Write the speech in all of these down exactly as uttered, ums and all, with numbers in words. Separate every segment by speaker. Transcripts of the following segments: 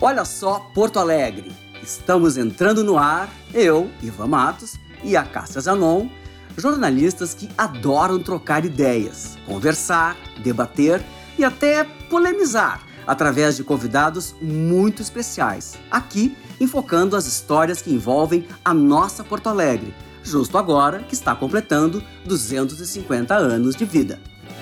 Speaker 1: Olha só Porto Alegre, estamos entrando no ar, eu, Ivan Matos e a Cássia Zanon, jornalistas que adoram trocar ideias, conversar, debater e até polemizar através de convidados muito especiais, aqui enfocando as histórias que envolvem a nossa Porto Alegre, justo agora que está completando duzentos e cinquenta anos de vida.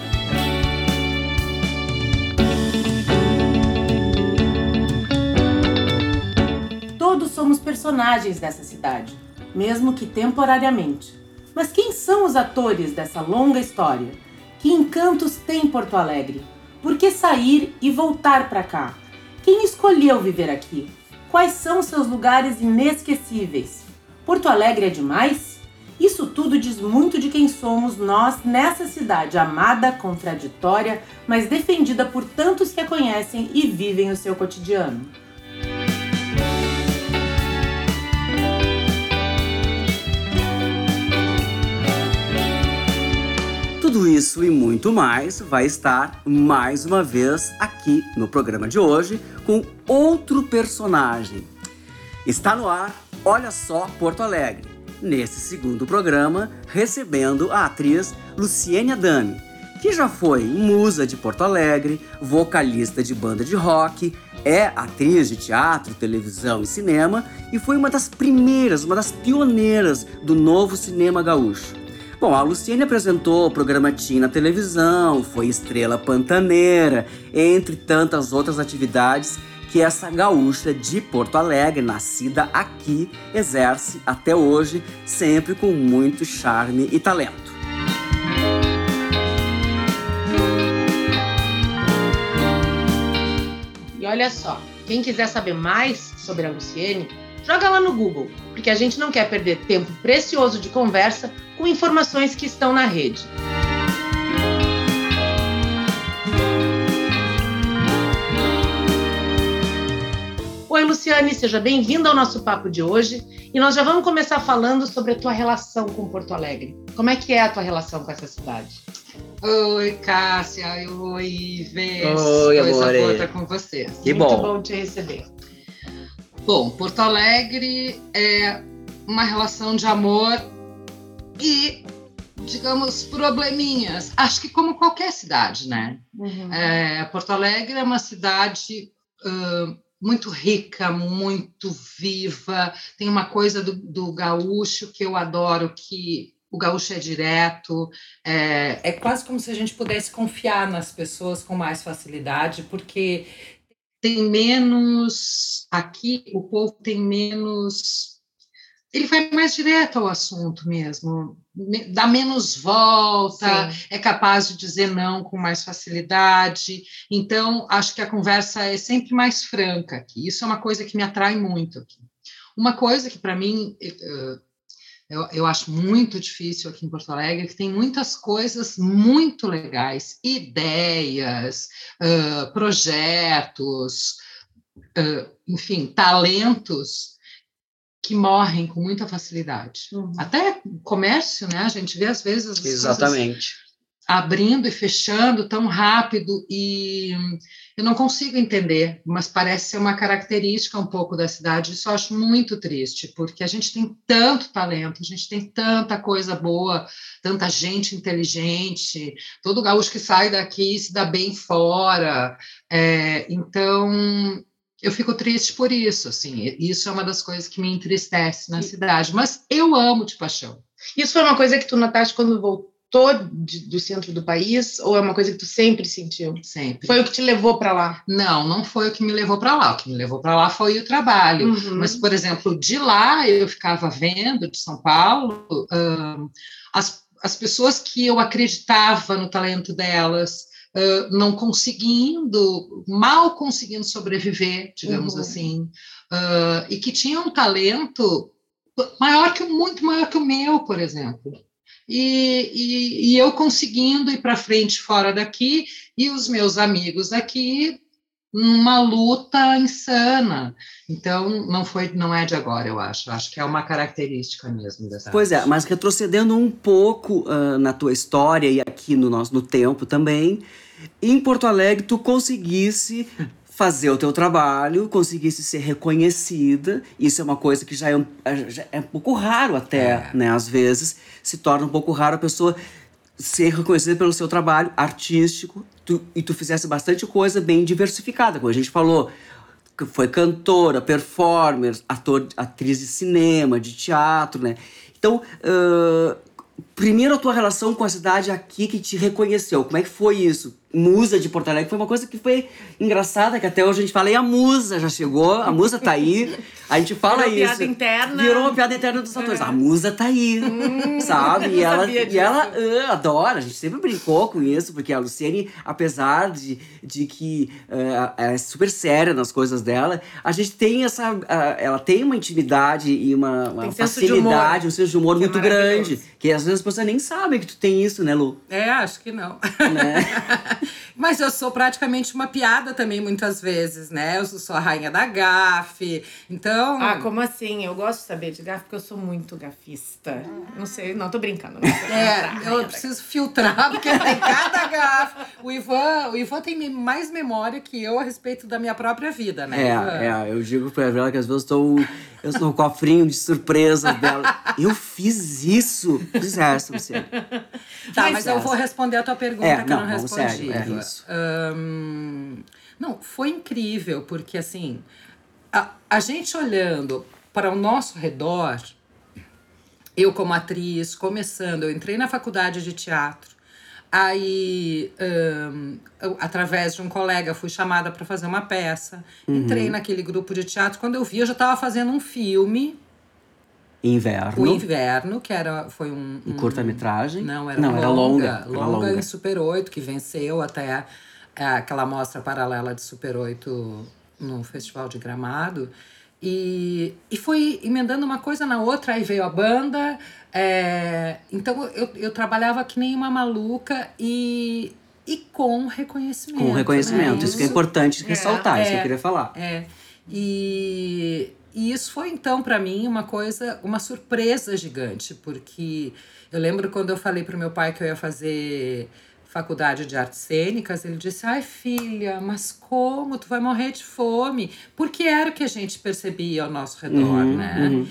Speaker 2: Todos somos personagens dessa cidade, mesmo que temporariamente. Mas quem são os atores dessa longa história? Que encantos tem Porto Alegre? Por que sair e voltar para cá? Quem escolheu viver aqui? Quais são seus lugares inesquecíveis? Porto Alegre é demais? Isso tudo diz muito de quem somos nós nessa cidade amada, contraditória, mas defendida por tantos que a conhecem e vivem o seu cotidiano.
Speaker 1: Tudo isso e muito mais vai estar mais uma vez aqui no programa de hoje com outro personagem. Está no ar, olha só Porto Alegre. Nesse segundo programa, recebendo a atriz Luciene Adami, que já foi musa de Porto Alegre, vocalista de banda de rock, é atriz de teatro, televisão e cinema e foi uma das primeiras, uma das pioneiras do novo cinema gaúcho. Bom, a Luciene apresentou o programa Tim na televisão, foi estrela pantaneira, entre tantas outras atividades que essa gaúcha de Porto Alegre, nascida aqui, exerce até hoje, sempre com muito charme e talento.
Speaker 2: E olha só, quem quiser saber mais sobre a Luciene, joga lá no Google, porque a gente não quer perder tempo precioso de conversa com informações que estão na rede. Oi, Luciane, seja bem-vinda ao nosso papo de hoje. E nós já vamos começar falando sobre a tua relação com Porto Alegre. Como é que é a tua relação com essa cidade?
Speaker 3: Oi, Cássia. Oi, Ives.
Speaker 1: Oi, amor.
Speaker 3: Coisa boa estar com vocês.
Speaker 1: Que
Speaker 2: Muito
Speaker 1: bom.
Speaker 2: bom te receber.
Speaker 3: Bom, Porto Alegre é uma relação de amor e, digamos, probleminhas. Acho que como qualquer cidade, né?
Speaker 2: Uhum.
Speaker 3: É, Porto Alegre é uma cidade uh, muito rica, muito viva. Tem uma coisa do, do gaúcho que eu adoro, que o gaúcho é direto. É,
Speaker 4: É quase como se a gente pudesse confiar nas pessoas com mais facilidade, porque
Speaker 3: tem menos... Aqui, o povo tem menos... Ele vai mais direto ao assunto mesmo, dá menos volta,
Speaker 4: Sim.
Speaker 3: é capaz de dizer não com mais facilidade. Então, acho que a conversa é sempre mais franca aqui. Isso é uma coisa que me atrai muito aqui. Uma coisa que, para mim, eu, eu acho muito difícil aqui em Porto Alegre, é que tem muitas coisas muito legais, ideias, uh, projetos, uh, enfim, talentos, que morrem com muita facilidade.
Speaker 2: Uhum.
Speaker 3: Até comércio, né? A gente vê, às vezes, as
Speaker 1: Exatamente.
Speaker 3: coisas abrindo e fechando tão rápido e eu não consigo entender, mas parece ser uma característica um pouco da cidade. Isso eu acho muito triste, porque a gente tem tanto talento, a gente tem tanta coisa boa, tanta gente inteligente, todo gaúcho que sai daqui se dá bem fora. É, então... Eu fico triste por isso, assim, isso é uma das coisas que me entristece na cidade, mas eu amo de paixão.
Speaker 2: Isso foi uma coisa que tu notaste quando voltou de, do centro do país, ou é uma coisa que tu sempre sentiu?
Speaker 3: Sempre.
Speaker 2: Foi o que te levou para lá?
Speaker 3: Não, não foi o que me levou para lá, o que me levou para lá foi o trabalho,
Speaker 2: Uhum.
Speaker 3: mas, por exemplo, de lá eu ficava vendo, de São Paulo, hum, as, as pessoas que eu acreditava no talento delas, Uh, não conseguindo, mal conseguindo sobreviver, digamos
Speaker 2: uhum.
Speaker 3: assim, uh, e que tinham um talento maior que, muito maior que o meu, por exemplo. E, e, e eu conseguindo ir para frente fora daqui, e os meus amigos aqui numa luta insana. Então, não foi, não é de agora, eu acho. Acho que é uma característica mesmo dessa
Speaker 1: Pois é,
Speaker 3: arte.
Speaker 1: mas retrocedendo um pouco uh, na tua história e aqui no nosso no tempo também, em Porto Alegre tu conseguisse fazer o teu trabalho, conseguisse ser reconhecida. Isso é uma coisa que já é um, já é um pouco raro até, é. né? Às vezes se torna um pouco raro a pessoa ser reconhecida pelo seu trabalho artístico tu, e tu fizesse bastante coisa bem diversificada, como a gente falou. Foi cantora, performer, ator, atriz de cinema, de teatro, né? Então, uh, primeiro a tua relação com a cidade aqui que te reconheceu. Como é que foi isso? Musa de Porto Alegre foi uma coisa que foi engraçada, que até hoje a gente fala, e a Musa já chegou, a Musa tá aí, a gente fala
Speaker 2: Virou
Speaker 1: isso.
Speaker 2: Piada interna.
Speaker 1: Virou uma piada interna dos atores. É. A Musa tá aí, hum, sabe? E ela, e ela uh, adora, a gente sempre brincou com isso, porque a Luciene, apesar de, de que uh, é super séria nas coisas dela, a gente tem essa, uh, ela tem uma intimidade e uma, uma facilidade, um senso de humor
Speaker 2: que
Speaker 1: muito
Speaker 2: é
Speaker 1: grande, que às vezes as pessoas nem sabem que tu tem isso, né, Lu?
Speaker 4: É, acho que não.
Speaker 1: Né?
Speaker 4: Mas eu sou praticamente uma piada também, muitas vezes, né? Eu sou a rainha da gafe, então...
Speaker 2: Ah, como assim? Eu gosto de saber de gafe porque eu sou muito gafista. Não sei, não, tô brincando. Não sei.
Speaker 4: É, eu preciso filtrar, porque tem cada gafe. O Ivan, o Ivan tem mais memória que eu a respeito da minha própria vida, né?
Speaker 1: É, é, eu digo pra ela que às vezes eu estou... Eu sou um cofrinho de surpresas dela. Eu fiz isso. Fiz essa, Luciana.
Speaker 4: Tá, mas, mas eu vou responder a tua pergunta
Speaker 1: é,
Speaker 4: que
Speaker 1: não,
Speaker 4: eu não respondi.
Speaker 1: Sério, é isso.
Speaker 4: Um, não, foi incrível, porque assim, a, a gente olhando para o nosso redor, eu como atriz, começando, eu entrei na faculdade de teatro, aí, um, eu, através de um colega, fui chamada para fazer uma peça, uhum. Entrei naquele grupo de teatro, quando eu vi, eu já estava fazendo um filme.
Speaker 1: Inverno.
Speaker 4: O Inverno, que era, foi um...
Speaker 1: um curta-metragem?
Speaker 4: Não, era,
Speaker 1: não,
Speaker 4: longa,
Speaker 1: era longa.
Speaker 4: Longa,
Speaker 1: era longa
Speaker 4: em Super oito, que venceu até é, aquela mostra paralela de Super oito no Festival de Gramado. E, e foi emendando uma coisa na outra, aí veio a banda. É, então, eu, eu trabalhava que nem uma maluca e... E com reconhecimento.
Speaker 1: Com reconhecimento,
Speaker 4: né?
Speaker 1: isso que é importante ressaltar,
Speaker 4: é,
Speaker 1: isso que eu queria falar.
Speaker 4: É, e... E isso foi, então, para mim, uma coisa, uma surpresa gigante, porque eu lembro quando eu falei pro meu pai que eu ia fazer faculdade de artes cênicas, ele disse, ai, filha, mas como? Tu vai morrer de fome. Porque era o que a gente percebia ao nosso redor, uhum, né? Uhum.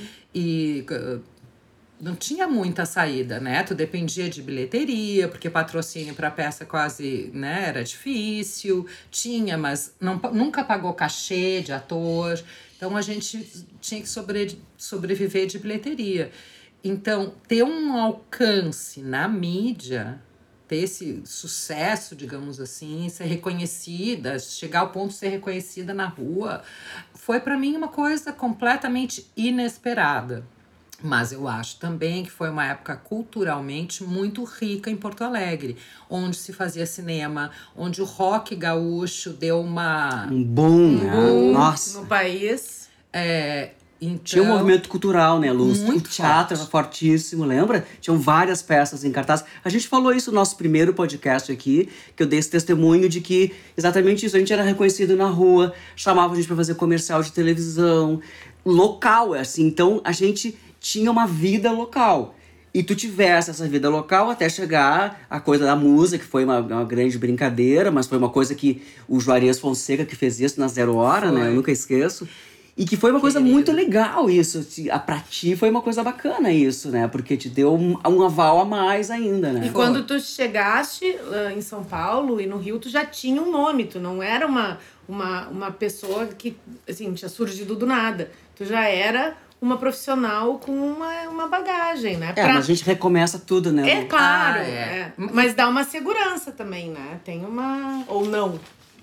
Speaker 4: E uh, não tinha muita saída, né? Tu dependia de bilheteria, porque patrocínio para peça quase, né, era difícil. Tinha, mas não, nunca pagou cachê de ator. Então, a gente tinha que sobre, sobreviver de bilheteria. Então, ter um alcance na mídia, ter esse sucesso, digamos assim, ser reconhecida, chegar ao ponto de ser reconhecida na rua, foi para mim uma coisa completamente inesperada. Mas eu acho também que foi uma época culturalmente muito rica em Porto Alegre, onde se fazia cinema, onde o rock gaúcho deu uma...
Speaker 1: Um boom, né?
Speaker 2: boom
Speaker 1: Nossa.
Speaker 2: no país.
Speaker 4: É, então,
Speaker 1: tinha um movimento cultural, né, Luz?
Speaker 4: Muito
Speaker 1: o teatro
Speaker 4: forte.
Speaker 1: Era fortíssimo, lembra? Tinham várias peças em cartaz. A gente falou isso no nosso primeiro podcast aqui, que eu dei esse testemunho de que exatamente isso, a gente era reconhecido na rua, chamava a gente para fazer comercial de televisão, local, assim. Então, a gente tinha uma vida local. E tu tivesse essa vida local até chegar a coisa da música, que foi uma, uma grande brincadeira, mas foi uma coisa que o Juarez Fonseca que fez isso na Zero Hora, foi. né? Eu nunca esqueço. E que foi uma coisa Querido. muito legal isso. Pra ti foi uma coisa bacana isso, né? Porque te deu um, um aval a mais ainda, né?
Speaker 2: E quando tu chegaste uh, em São Paulo e no Rio, tu já tinha um nome. Tu não era uma, uma, uma pessoa que, assim, tinha surgido do nada. Tu já era uma profissional com uma, uma bagagem, né?
Speaker 1: É,
Speaker 2: pra...
Speaker 1: mas a gente recomeça tudo, né?
Speaker 2: É claro,
Speaker 4: ah, é.
Speaker 2: é. Mas dá uma segurança também, né? Tem uma... Ou não.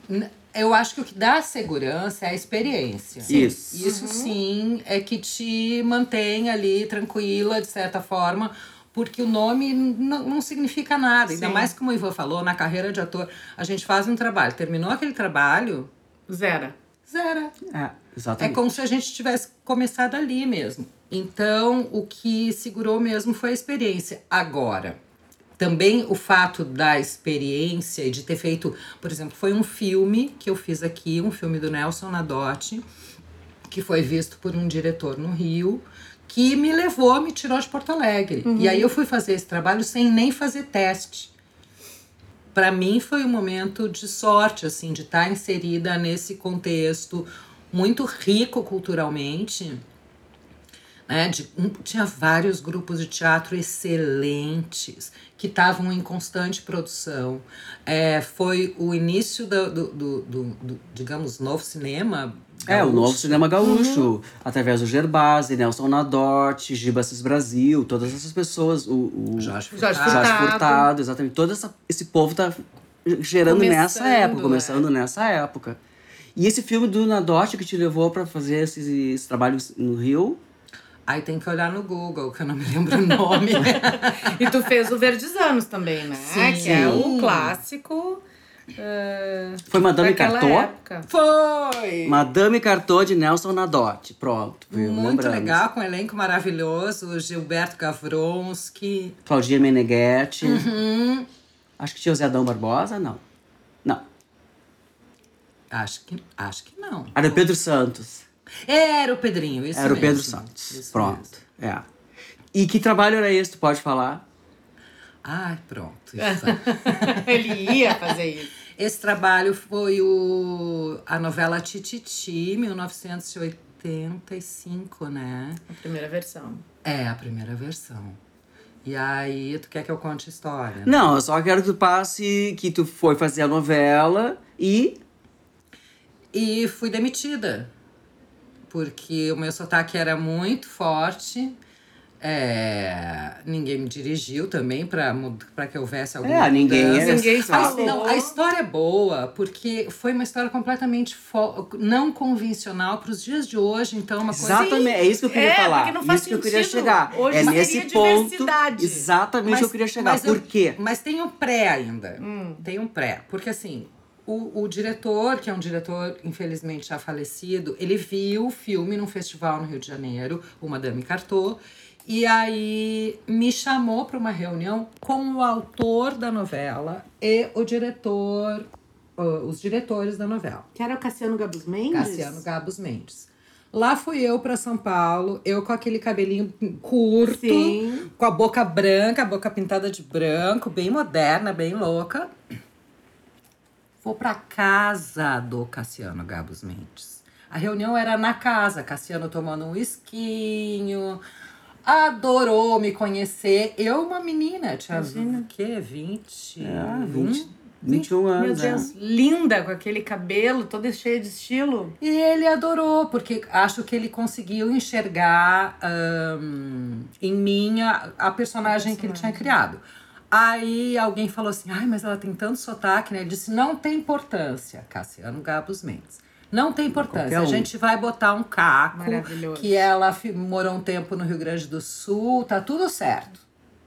Speaker 4: Eu acho que o que dá segurança é a experiência.
Speaker 1: Isso.
Speaker 4: Isso
Speaker 2: uhum.
Speaker 4: sim é que te mantém ali tranquila, de certa forma, porque o nome não, não significa nada. Sim. Ainda mais como o Ivan falou, na carreira de ator, a gente faz um trabalho. Terminou aquele trabalho...
Speaker 2: Zero.
Speaker 4: Zero.
Speaker 1: É, exatamente.
Speaker 4: É como se a gente tivesse começado ali mesmo. Então, o que segurou mesmo foi a experiência. Agora... Também o fato da experiência e de ter feito... Por exemplo, foi um filme que eu fiz aqui, um filme do Nelson Nadotti, que foi visto por um diretor no Rio, que me levou, me tirou de Porto Alegre. Uhum. E aí eu fui fazer esse trabalho sem nem fazer teste. para mim foi um momento de sorte, assim, de estar inserida nesse contexto muito rico culturalmente, né? De, um, tinha vários grupos de teatro excelentes que estavam em constante produção. É, foi o início do, do, do, do, do, digamos, novo cinema gaúcho.
Speaker 1: É, o novo cinema gaúcho, uhum. através do Gerbasi, Nelson Nadorte, Giba Assis Brasil, todas essas pessoas, o, o
Speaker 4: Jorge Furtado.
Speaker 1: Jorge Furtado, exatamente. Todo essa, esse povo tá gerando
Speaker 2: começando,
Speaker 1: nessa época, começando
Speaker 2: é.
Speaker 1: nessa época. E esse filme do Nadorte que te levou para fazer esses, esses trabalhos no Rio?
Speaker 4: Aí tem que olhar no Google, que eu não me lembro o nome.
Speaker 2: E tu fez o Verdes Anos também, né?
Speaker 4: Sim.
Speaker 2: Que é o clássico. Uh,
Speaker 1: Foi Madame Cartot?
Speaker 4: Foi!
Speaker 1: Madame Cartot de Nelson Nadorte. Pronto.
Speaker 4: Muito
Speaker 1: lembramos.
Speaker 4: legal, com um elenco maravilhoso. Gilberto Gavronski.
Speaker 1: Claudinha Meneghetti.
Speaker 4: Uhum.
Speaker 1: Acho que tinha o Zé Adão Barbosa, não. Não.
Speaker 4: Acho que, acho que não.
Speaker 1: Era o Pedro Santos.
Speaker 4: Era o Pedrinho, isso
Speaker 1: Era
Speaker 4: mesmo.
Speaker 1: o Pedro Santos.
Speaker 4: Isso
Speaker 1: Pronto.
Speaker 4: mesmo.
Speaker 1: É. E que trabalho era esse, tu pode falar?
Speaker 4: Ai, pronto.
Speaker 2: Ele ia fazer isso.
Speaker 4: Esse trabalho foi o, a novela Tititi, mil novecentos e oitenta e cinco, né?
Speaker 2: A primeira versão.
Speaker 4: É, a primeira versão. E aí, tu quer que eu conte a história? Né?
Speaker 1: Não, eu só quero que tu passe que tu foi fazer a novela e...
Speaker 4: E fui demitida. Porque o meu sotaque era muito forte. É, ninguém me dirigiu também para que houvesse alguma
Speaker 1: É, ninguém
Speaker 4: mudança.
Speaker 1: era
Speaker 2: Ninguém
Speaker 1: só-
Speaker 2: falou.
Speaker 4: Não, a história é boa, porque foi uma história completamente fo- não convencional para os dias de hoje, então uma coisa...
Speaker 1: Exatamente, é isso que eu queria
Speaker 2: É,
Speaker 1: falar.
Speaker 2: porque não faz
Speaker 1: isso que eu queria
Speaker 2: sentido.
Speaker 1: chegar.
Speaker 2: Hoje
Speaker 1: é
Speaker 2: seria
Speaker 1: nesse ponto.
Speaker 2: diversidade.
Speaker 1: Exatamente que eu queria chegar.
Speaker 4: mas
Speaker 1: Por
Speaker 4: eu-
Speaker 1: quê?
Speaker 4: Mas tem um pré ainda.
Speaker 2: Hum.
Speaker 4: Tem um pré. Porque assim, o, o diretor, que é um diretor infelizmente já falecido, ele viu o filme num festival no Rio de Janeiro, o Madame Cartot, e aí me chamou para uma reunião com o autor da novela e o diretor, uh, os diretores da novela.
Speaker 2: Que era o Cassiano Gabus Mendes?
Speaker 4: Cassiano Gabus Mendes. Lá fui eu para São Paulo, eu com aquele cabelinho curto,
Speaker 2: Sim.
Speaker 4: com a boca branca, a boca pintada de branco, bem moderna, bem louca. Vou para casa do Cassiano Gabus Mendes. A reunião era na casa, Cassiano tomando um esquinho, adorou me conhecer. Eu, uma menina, tinha
Speaker 2: Imagina.
Speaker 4: o quê? vinte?
Speaker 1: Ah, vinte, vinte e um anos.
Speaker 2: Meu Deus,
Speaker 1: é.
Speaker 2: linda, com aquele cabelo, toda cheia de estilo.
Speaker 4: E ele adorou, porque acho que ele conseguiu enxergar ahn, em mim a, a personagem que ele tinha criado. Aí alguém falou assim, ai, mas ela tem tanto sotaque, né? Ele disse, não tem importância, Cassiano Gabus Mendes. Não tem importância,
Speaker 1: Qualquer um.
Speaker 4: a gente vai botar um caco,
Speaker 2: Maravilhoso.
Speaker 4: que ela fi- morou um tempo no Rio Grande do Sul, tá tudo certo.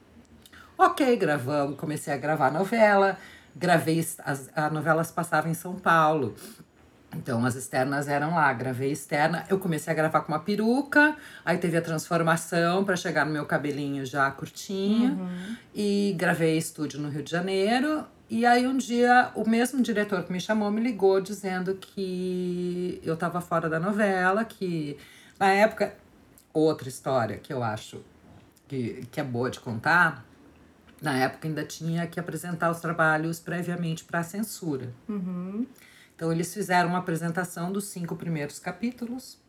Speaker 4: Ok, gravamos, comecei a gravar a novela, gravei, as, a novela se passava em São Paulo. Então, as externas eram lá, gravei externa. Eu comecei a gravar com uma peruca, aí teve a transformação para chegar no meu cabelinho já curtinho.
Speaker 2: Uhum.
Speaker 4: E gravei estúdio no Rio de Janeiro. E aí, um dia, o mesmo diretor que me chamou me ligou dizendo que eu estava fora da novela, que na época... Outra história que eu acho que, que é boa de contar, na época ainda tinha que apresentar os trabalhos previamente para a censura.
Speaker 2: Uhum.
Speaker 4: Então, eles fizeram uma apresentação dos cinco primeiros capítulos.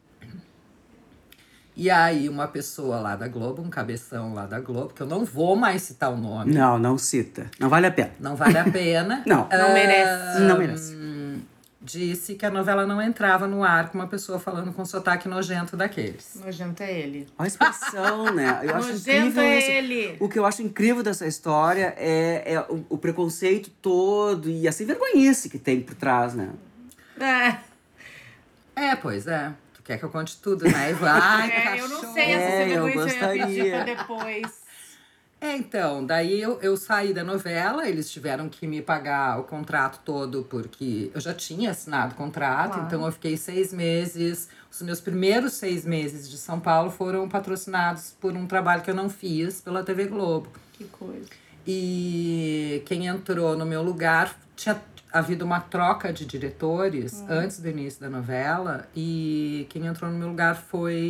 Speaker 4: E aí, uma pessoa lá da Globo, um cabeção lá da Globo, que eu não vou mais citar o nome.
Speaker 1: Não, não cita. Não vale a pena.
Speaker 4: Não vale a pena.
Speaker 1: Não.
Speaker 2: Não merece.
Speaker 1: Não merece.
Speaker 4: Hum, Disse que a novela não entrava no ar com uma pessoa falando com sotaque nojento daqueles.
Speaker 2: Nojento é ele.
Speaker 1: Olha a expressão, né? Eu acho
Speaker 2: Nojento
Speaker 1: incrível
Speaker 2: é
Speaker 1: isso.
Speaker 2: ele.
Speaker 1: O que eu acho incrível dessa história é, é o, o preconceito todo e a sem vergonhice que tem por trás, né?
Speaker 2: É.
Speaker 4: É, pois é. Tu quer que eu conte tudo, né? E vai,
Speaker 2: É, eu não
Speaker 4: cachorro.
Speaker 2: sei essa
Speaker 1: É, eu
Speaker 2: sequência, eu ia pedir pra
Speaker 1: gostaria.
Speaker 2: depois.
Speaker 4: É, então, daí eu, eu saí da novela, eles tiveram que me pagar o contrato todo, porque eu já tinha assinado o contrato,
Speaker 2: Claro.
Speaker 4: então eu fiquei seis meses. Os meus primeiros seis meses de São Paulo foram patrocinados por um trabalho que eu não fiz pela T V Globo.
Speaker 2: Que coisa.
Speaker 4: E quem entrou no meu lugar, tinha havido uma troca de diretores
Speaker 2: Hum.
Speaker 4: antes do início da novela, e quem entrou no meu lugar foi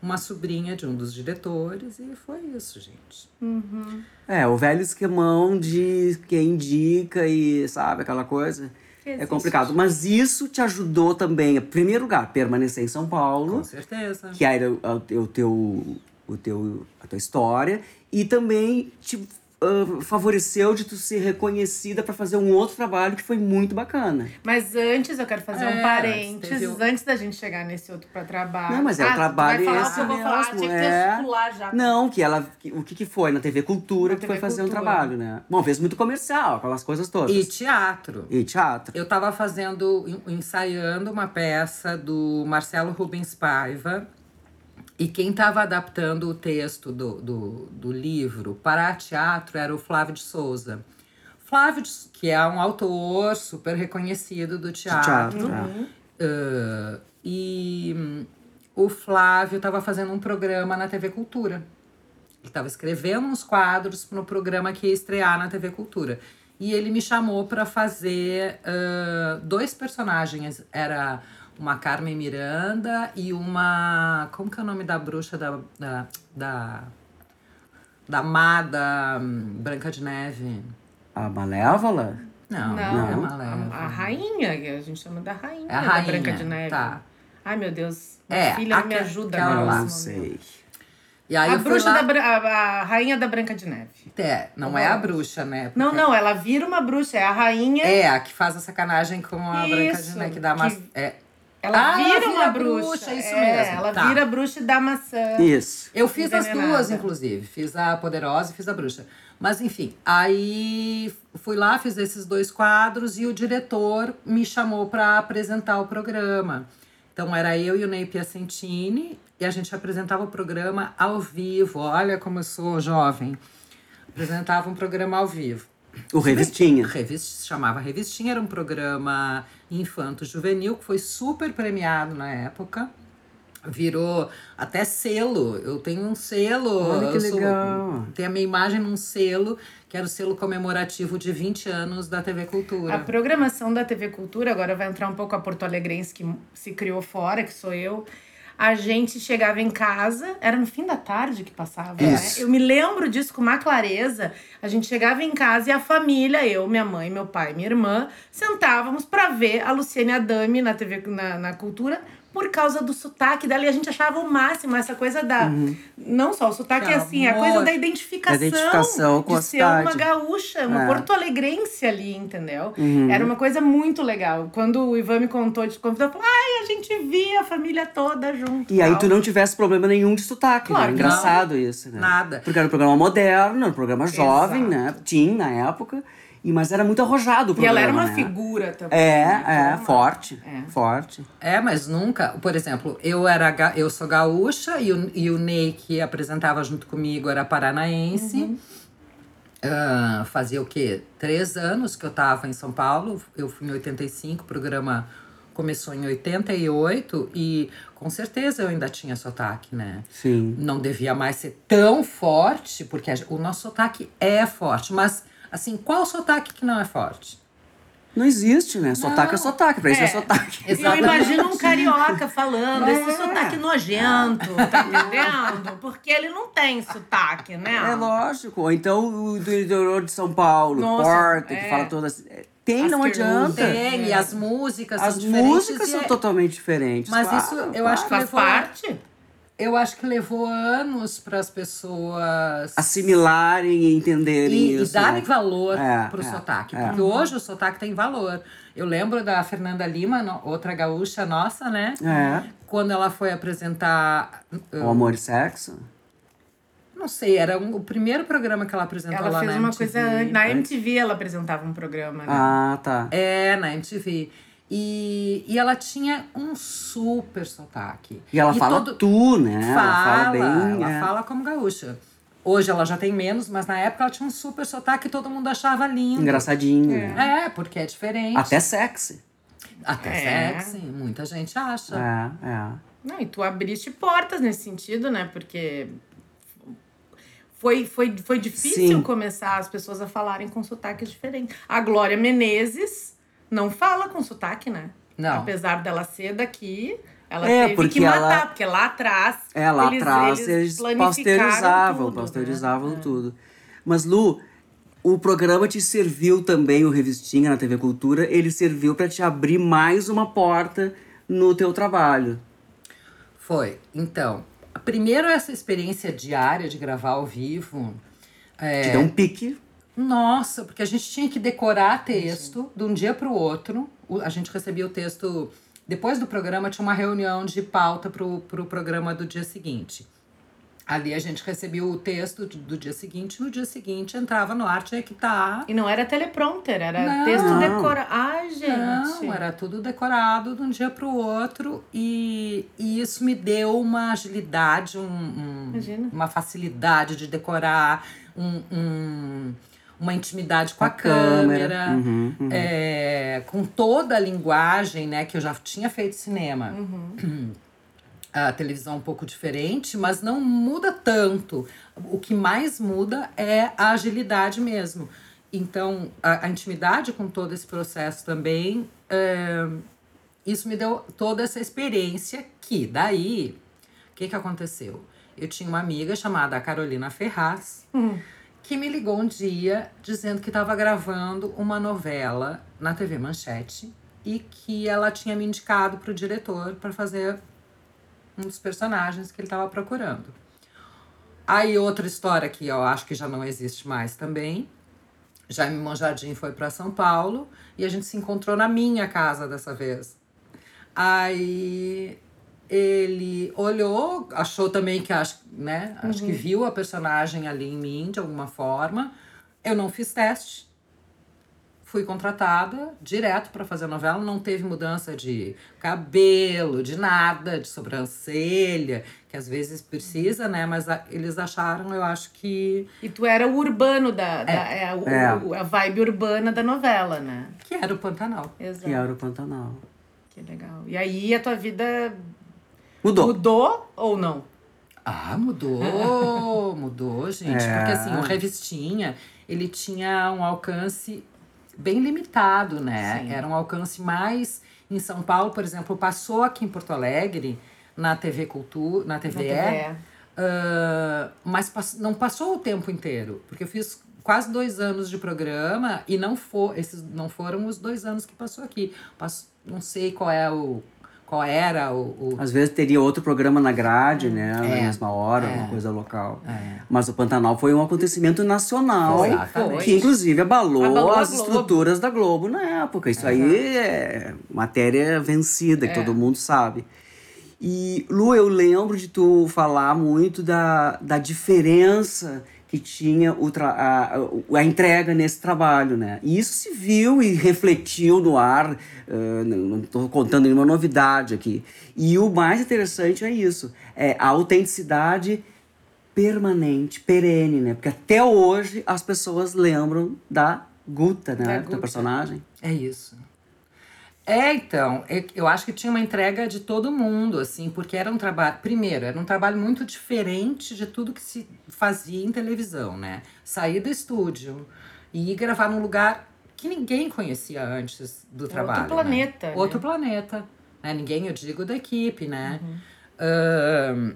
Speaker 4: uma sobrinha de um dos diretores, e foi isso, gente.
Speaker 2: Uhum.
Speaker 1: É, o velho esquemão de quem indica e, sabe, aquela coisa.
Speaker 2: Existe.
Speaker 1: É complicado. Mas isso te ajudou também, em primeiro lugar, permanecer em São Paulo.
Speaker 4: Com certeza.
Speaker 1: Que era o, o, teu, o teu, a tua história. E também te uh, favoreceu de tu ser reconhecida para fazer um outro trabalho que foi muito bacana.
Speaker 2: Mas antes, eu quero fazer
Speaker 4: É,
Speaker 2: um parênteses,
Speaker 4: teve...
Speaker 2: antes da gente chegar nesse outro para trabalho.
Speaker 1: Não, mas é
Speaker 2: ah,
Speaker 1: o trabalho
Speaker 2: vai falar
Speaker 1: esse
Speaker 2: o que eu vou falar,
Speaker 1: mesmo,
Speaker 2: tinha que
Speaker 1: é.
Speaker 2: circular já.
Speaker 1: Não, que ela... Que, o que que foi? Na T V Cultura
Speaker 2: Na
Speaker 1: que
Speaker 2: T V
Speaker 1: foi fazer
Speaker 2: Cultura.
Speaker 1: um trabalho, né? Bom, fez muito comercial, aquelas coisas todas.
Speaker 4: E teatro.
Speaker 1: E teatro.
Speaker 4: Eu estava fazendo, ensaiando uma peça do Marcelo Rubens Paiva. E quem estava adaptando o texto do, do, do livro para teatro era o Flávio de Souza. Flávio, que é um autor super reconhecido do teatro.
Speaker 1: teatro
Speaker 4: uhum. uh, e um, o Flávio estava fazendo um programa na T V Cultura. Ele estava escrevendo uns quadros no programa que ia estrear na T V Cultura. E ele me chamou para fazer uh, dois personagens. Era uma Carmen Miranda e uma... Como que é o nome da bruxa da... Da, da, da amada Branca de Neve?
Speaker 1: A Malévola?
Speaker 4: Não,
Speaker 2: Não,
Speaker 4: não é
Speaker 1: não.
Speaker 4: Malévola.
Speaker 2: A, a rainha, que a gente chama da rainha,
Speaker 4: É a
Speaker 2: da
Speaker 4: rainha,
Speaker 2: Branca de Neve.
Speaker 4: tá.
Speaker 2: Ai, meu Deus. Minha
Speaker 4: É,
Speaker 2: filha não me
Speaker 4: aque-
Speaker 2: ajuda
Speaker 4: aquela
Speaker 2: agora
Speaker 4: lá.
Speaker 2: nesse
Speaker 1: Não
Speaker 2: momento.
Speaker 1: sei.
Speaker 4: E aí
Speaker 2: A
Speaker 4: eu fui
Speaker 2: bruxa
Speaker 4: lá...
Speaker 2: da Bra- a, a rainha da Branca de Neve.
Speaker 4: É, não é a bruxa, né?
Speaker 2: Não,
Speaker 4: Porque-
Speaker 2: não, ela vira uma bruxa, é a rainha.
Speaker 4: É, a que faz a sacanagem com a Branca de
Speaker 2: Isso,
Speaker 4: Neve, que dá uma...
Speaker 2: que-
Speaker 4: É.
Speaker 2: Ela
Speaker 4: Ah,
Speaker 2: vira
Speaker 4: ela
Speaker 2: uma
Speaker 4: vira
Speaker 2: bruxa.
Speaker 4: bruxa, isso
Speaker 2: é,
Speaker 4: mesmo,
Speaker 2: Ela
Speaker 4: tá.
Speaker 2: vira bruxa e dá maçã.
Speaker 1: Isso.
Speaker 4: Eu fiz as
Speaker 2: Envenenada.
Speaker 4: duas, inclusive. Fiz a Poderosa e fiz a Bruxa. Mas, enfim, aí fui lá, fiz esses dois quadros e o diretor me chamou para apresentar o programa. Então, era eu e o Ney Piacentini e a gente apresentava o programa ao vivo. Olha como eu sou jovem. Apresentava um programa ao vivo.
Speaker 1: O Revistinha.
Speaker 4: Revist, chamava Revistinha, era um programa infanto-juvenil que foi super premiado na época. Virou até selo. Eu tenho um selo.
Speaker 1: Olha que
Speaker 4: eu sou-
Speaker 1: legal.
Speaker 4: tem a minha imagem num selo, que era o selo comemorativo de vinte anos da T V Cultura.
Speaker 2: A programação da T V Cultura, agora vai entrar um pouco a Porto Alegrense que se criou fora, que sou eu. A gente chegava em casa, era no fim da tarde que passava, né?
Speaker 1: Isso.
Speaker 2: Eu me lembro disso com uma clareza. A gente chegava em casa e a família, eu, minha mãe, meu pai, minha irmã, sentávamos pra ver a Luciane Adami na T V, na, na Cultura, por causa do sotaque dela. E a gente achava o máximo essa coisa da...
Speaker 1: Uhum.
Speaker 2: Não só o sotaque,
Speaker 4: Que
Speaker 2: assim, a
Speaker 4: amor.
Speaker 2: coisa da identificação.
Speaker 1: Da identificação com
Speaker 2: de
Speaker 1: a
Speaker 2: ser
Speaker 1: cidade.
Speaker 2: uma gaúcha, uma
Speaker 1: É.
Speaker 2: porto-alegrense ali, entendeu?
Speaker 1: Uhum.
Speaker 2: Era uma coisa muito legal. Quando o Ivan me contou, de convidou, falou, ai, a gente via a família toda junto.
Speaker 1: E aí
Speaker 2: tal.
Speaker 1: tu não tivesse problema nenhum de sotaque,
Speaker 2: Claro
Speaker 1: né?
Speaker 2: que
Speaker 1: Engraçado isso, né?
Speaker 4: Nada.
Speaker 1: Porque era um programa moderno, era um programa jovem,
Speaker 2: Exato.
Speaker 1: né? Teen na época. E, mas era muito arrojado o
Speaker 2: E
Speaker 1: programa,
Speaker 2: ela era uma
Speaker 1: né?
Speaker 2: figura também.
Speaker 1: É,
Speaker 2: né?
Speaker 1: é,
Speaker 2: Então,
Speaker 1: forte.
Speaker 2: É.
Speaker 1: Forte.
Speaker 4: É, mas nunca... Por exemplo, eu, era, ga- eu sou gaúcha e o, e o Ney, que apresentava junto comigo, era paranaense.
Speaker 2: Uhum.
Speaker 4: Ah, fazia o quê? Três anos que eu tava em São Paulo. Eu fui em oitenta e cinco, o programa começou em oitenta e oito. E com certeza eu ainda tinha sotaque, né?
Speaker 1: Sim.
Speaker 4: Não devia mais ser tão forte, porque a- o nosso sotaque é forte. Mas, assim, qual sotaque que não é forte?
Speaker 1: Não existe, né? Sotaque é sotaque, pra isso é,
Speaker 2: É.
Speaker 1: sotaque.
Speaker 2: Eu
Speaker 4: Exatamente.
Speaker 2: imagino um carioca falando,
Speaker 1: É.
Speaker 2: esse sotaque nojento, tá entendendo? Porque ele não tem sotaque, né?
Speaker 1: É lógico. Ou então o do interior de São Paulo,
Speaker 2: Nossa,
Speaker 1: Porta,
Speaker 2: é.
Speaker 1: que fala todas. Tem, não
Speaker 2: Asqueroso.
Speaker 1: adianta.
Speaker 4: Tem, e as músicas
Speaker 1: As
Speaker 4: são diferentes.
Speaker 1: músicas
Speaker 4: e
Speaker 1: são
Speaker 4: é-
Speaker 1: totalmente diferentes.
Speaker 4: Mas
Speaker 1: claro,
Speaker 4: isso eu
Speaker 1: claro.
Speaker 4: acho que
Speaker 2: Faz
Speaker 4: levou...
Speaker 2: parte.
Speaker 4: Eu acho que levou anos para as pessoas
Speaker 1: Assimilarem e entenderem
Speaker 4: e, e
Speaker 1: isso.
Speaker 4: darem
Speaker 1: né?
Speaker 4: valor
Speaker 1: É,
Speaker 4: pro
Speaker 1: é,
Speaker 4: sotaque.
Speaker 1: é.
Speaker 4: Porque hoje o sotaque tem valor. Eu lembro da Fernanda Lima, no- outra gaúcha nossa, né?
Speaker 1: É.
Speaker 4: Quando ela foi apresentar...
Speaker 1: O Amor e Sexo.
Speaker 4: Não sei, era um- o primeiro programa que ela apresentou
Speaker 2: Ela
Speaker 4: lá
Speaker 2: fez
Speaker 4: na
Speaker 2: uma
Speaker 4: M T V.
Speaker 2: coisa... an- Na M T V ela apresentava um programa, né?
Speaker 1: Ah, tá.
Speaker 4: É, na M T V. E, e ela tinha um super sotaque.
Speaker 1: E ela fala
Speaker 4: todo-
Speaker 1: tu, né?
Speaker 4: Fala,
Speaker 1: ela fala bem.
Speaker 4: ela
Speaker 1: é.
Speaker 4: fala como gaúcha. Hoje ela já tem menos, mas na época ela tinha um super sotaque e todo mundo achava lindo.
Speaker 1: Engraçadinho.
Speaker 2: É.
Speaker 1: né?
Speaker 4: É, porque é diferente.
Speaker 1: Até sexy.
Speaker 4: Até
Speaker 2: É.
Speaker 4: sexy, muita gente acha.
Speaker 1: É, é.
Speaker 2: Não, e tu abriste portas nesse sentido, né? Porque foi, foi, foi difícil
Speaker 1: Sim.
Speaker 2: começar as pessoas a falarem com sotaques diferentes. A Glória Menezes não fala com sotaque, né?
Speaker 4: Não.
Speaker 2: Apesar dela ser daqui, Ela
Speaker 1: É,
Speaker 2: teve
Speaker 1: porque
Speaker 2: que matar,
Speaker 1: ela-
Speaker 2: porque lá atrás.
Speaker 1: É, lá
Speaker 2: eles,
Speaker 1: atrás
Speaker 2: eles
Speaker 1: eles
Speaker 2: planificaram
Speaker 1: pasteurizavam,
Speaker 2: tudo,
Speaker 1: pasteurizavam
Speaker 2: né?
Speaker 1: tudo. Mas, Lu, o programa te serviu também, o Revistinha na T V Cultura, ele serviu para te abrir mais uma porta no teu trabalho.
Speaker 4: Foi. Então, primeiro essa experiência diária de gravar ao vivo.
Speaker 1: Te deu um pique.
Speaker 4: Nossa, porque a gente tinha que decorar texto de um dia para o outro. O- A gente recebia o texto. Depois do programa, tinha uma reunião de pauta para o pro programa do dia seguinte. Ali a gente recebia o texto do do dia seguinte. No dia seguinte entrava no ar, tinha que estar.
Speaker 2: E não era teleprompter, era
Speaker 4: Não.
Speaker 2: texto
Speaker 1: Não.
Speaker 2: decorado. Ai, gente.
Speaker 4: Não, era tudo decorado de um dia para o outro. E, e isso me deu uma agilidade, um, um-
Speaker 2: Imagina.
Speaker 4: uma facilidade de decorar, um, um- uma intimidade com
Speaker 1: Com
Speaker 4: a,
Speaker 1: a câmera.
Speaker 4: câmera.
Speaker 1: Uhum, uhum.
Speaker 4: É, com toda a linguagem, né? Que eu já tinha feito cinema. A televisão é um pouco diferente, mas não muda tanto. O que mais muda é a agilidade mesmo. Então, a, a intimidade com todo esse processo também, é, isso me deu toda essa experiência que, daí, o que que aconteceu? Eu tinha uma amiga chamada Carolina Ferraz, que me ligou um dia dizendo que estava gravando uma novela na T V Manchete e que ela tinha me indicado para o diretor para fazer um dos personagens que ele estava procurando. Aí outra história que eu acho que já não existe mais também. Jaime Monjardim foi para São Paulo e a gente se encontrou na minha casa dessa vez. Aí ele olhou, achou também que acho, né, acho que viu a personagem ali em mim de alguma forma. Eu não fiz teste. Fui contratada direto para fazer a novela, não teve mudança de cabelo, de nada, de sobrancelha, que às vezes precisa, né? Mas a- eles acharam, eu acho que,
Speaker 2: E tu era o urbano da. da é, o-
Speaker 1: É.
Speaker 2: o- a vibe urbana da novela, né?
Speaker 4: que era o Pantanal.
Speaker 2: Exato.
Speaker 1: Que era o Pantanal.
Speaker 2: Que legal. E aí a tua vida
Speaker 1: Mudou.
Speaker 2: mudou ou não?
Speaker 4: Ah, mudou, mudou, gente.
Speaker 1: É.
Speaker 4: Porque assim, o Revistinha, ele tinha um alcance bem limitado, né?
Speaker 2: Sim.
Speaker 4: Era um alcance mais em São Paulo, por exemplo, passou aqui em Porto Alegre, na T V Cultura, na T V E,
Speaker 2: Na T V E.
Speaker 4: ah, mas pass- não passou o tempo inteiro, porque eu fiz quase dois anos de programa e não for, esses não foram os dois anos que passou aqui. Pass- não sei qual é o qual era o, o
Speaker 1: Às vezes teria outro programa na grade, né? Na
Speaker 4: É.
Speaker 1: mesma hora,
Speaker 4: É.
Speaker 1: uma coisa local.
Speaker 4: É.
Speaker 1: Mas o Pantanal foi um acontecimento nacional.
Speaker 4: Foi, Exatamente.
Speaker 1: Que inclusive abalou,
Speaker 2: Abalou a
Speaker 1: as
Speaker 2: Globo.
Speaker 1: estruturas da Globo na época. Isso aí é matéria vencida, que
Speaker 2: É.
Speaker 1: todo mundo sabe. E, Lu, eu lembro de tu falar muito da, da diferença que tinha o tra a, a, a entrega nesse trabalho, né? E isso se viu e refletiu no ar, uh, não estou contando nenhuma novidade aqui. E o mais interessante é isso, é a autenticidade permanente, perene, né? Porque até hoje as pessoas lembram da Guta, né?
Speaker 2: Da
Speaker 1: Da
Speaker 2: Guta.
Speaker 1: personagem.
Speaker 4: É isso. É, então, é- eu acho que tinha uma entrega de todo mundo, assim, porque era um trabalho. Primeiro, era um trabalho muito diferente de tudo que se fazia em televisão, né? Sair do estúdio e ir gravar num lugar que ninguém conhecia antes do trabalho.
Speaker 2: Outro planeta.
Speaker 4: Né?
Speaker 2: né?
Speaker 4: Outro planeta. Né? Ninguém, eu digo, da equipe, né? Ahn,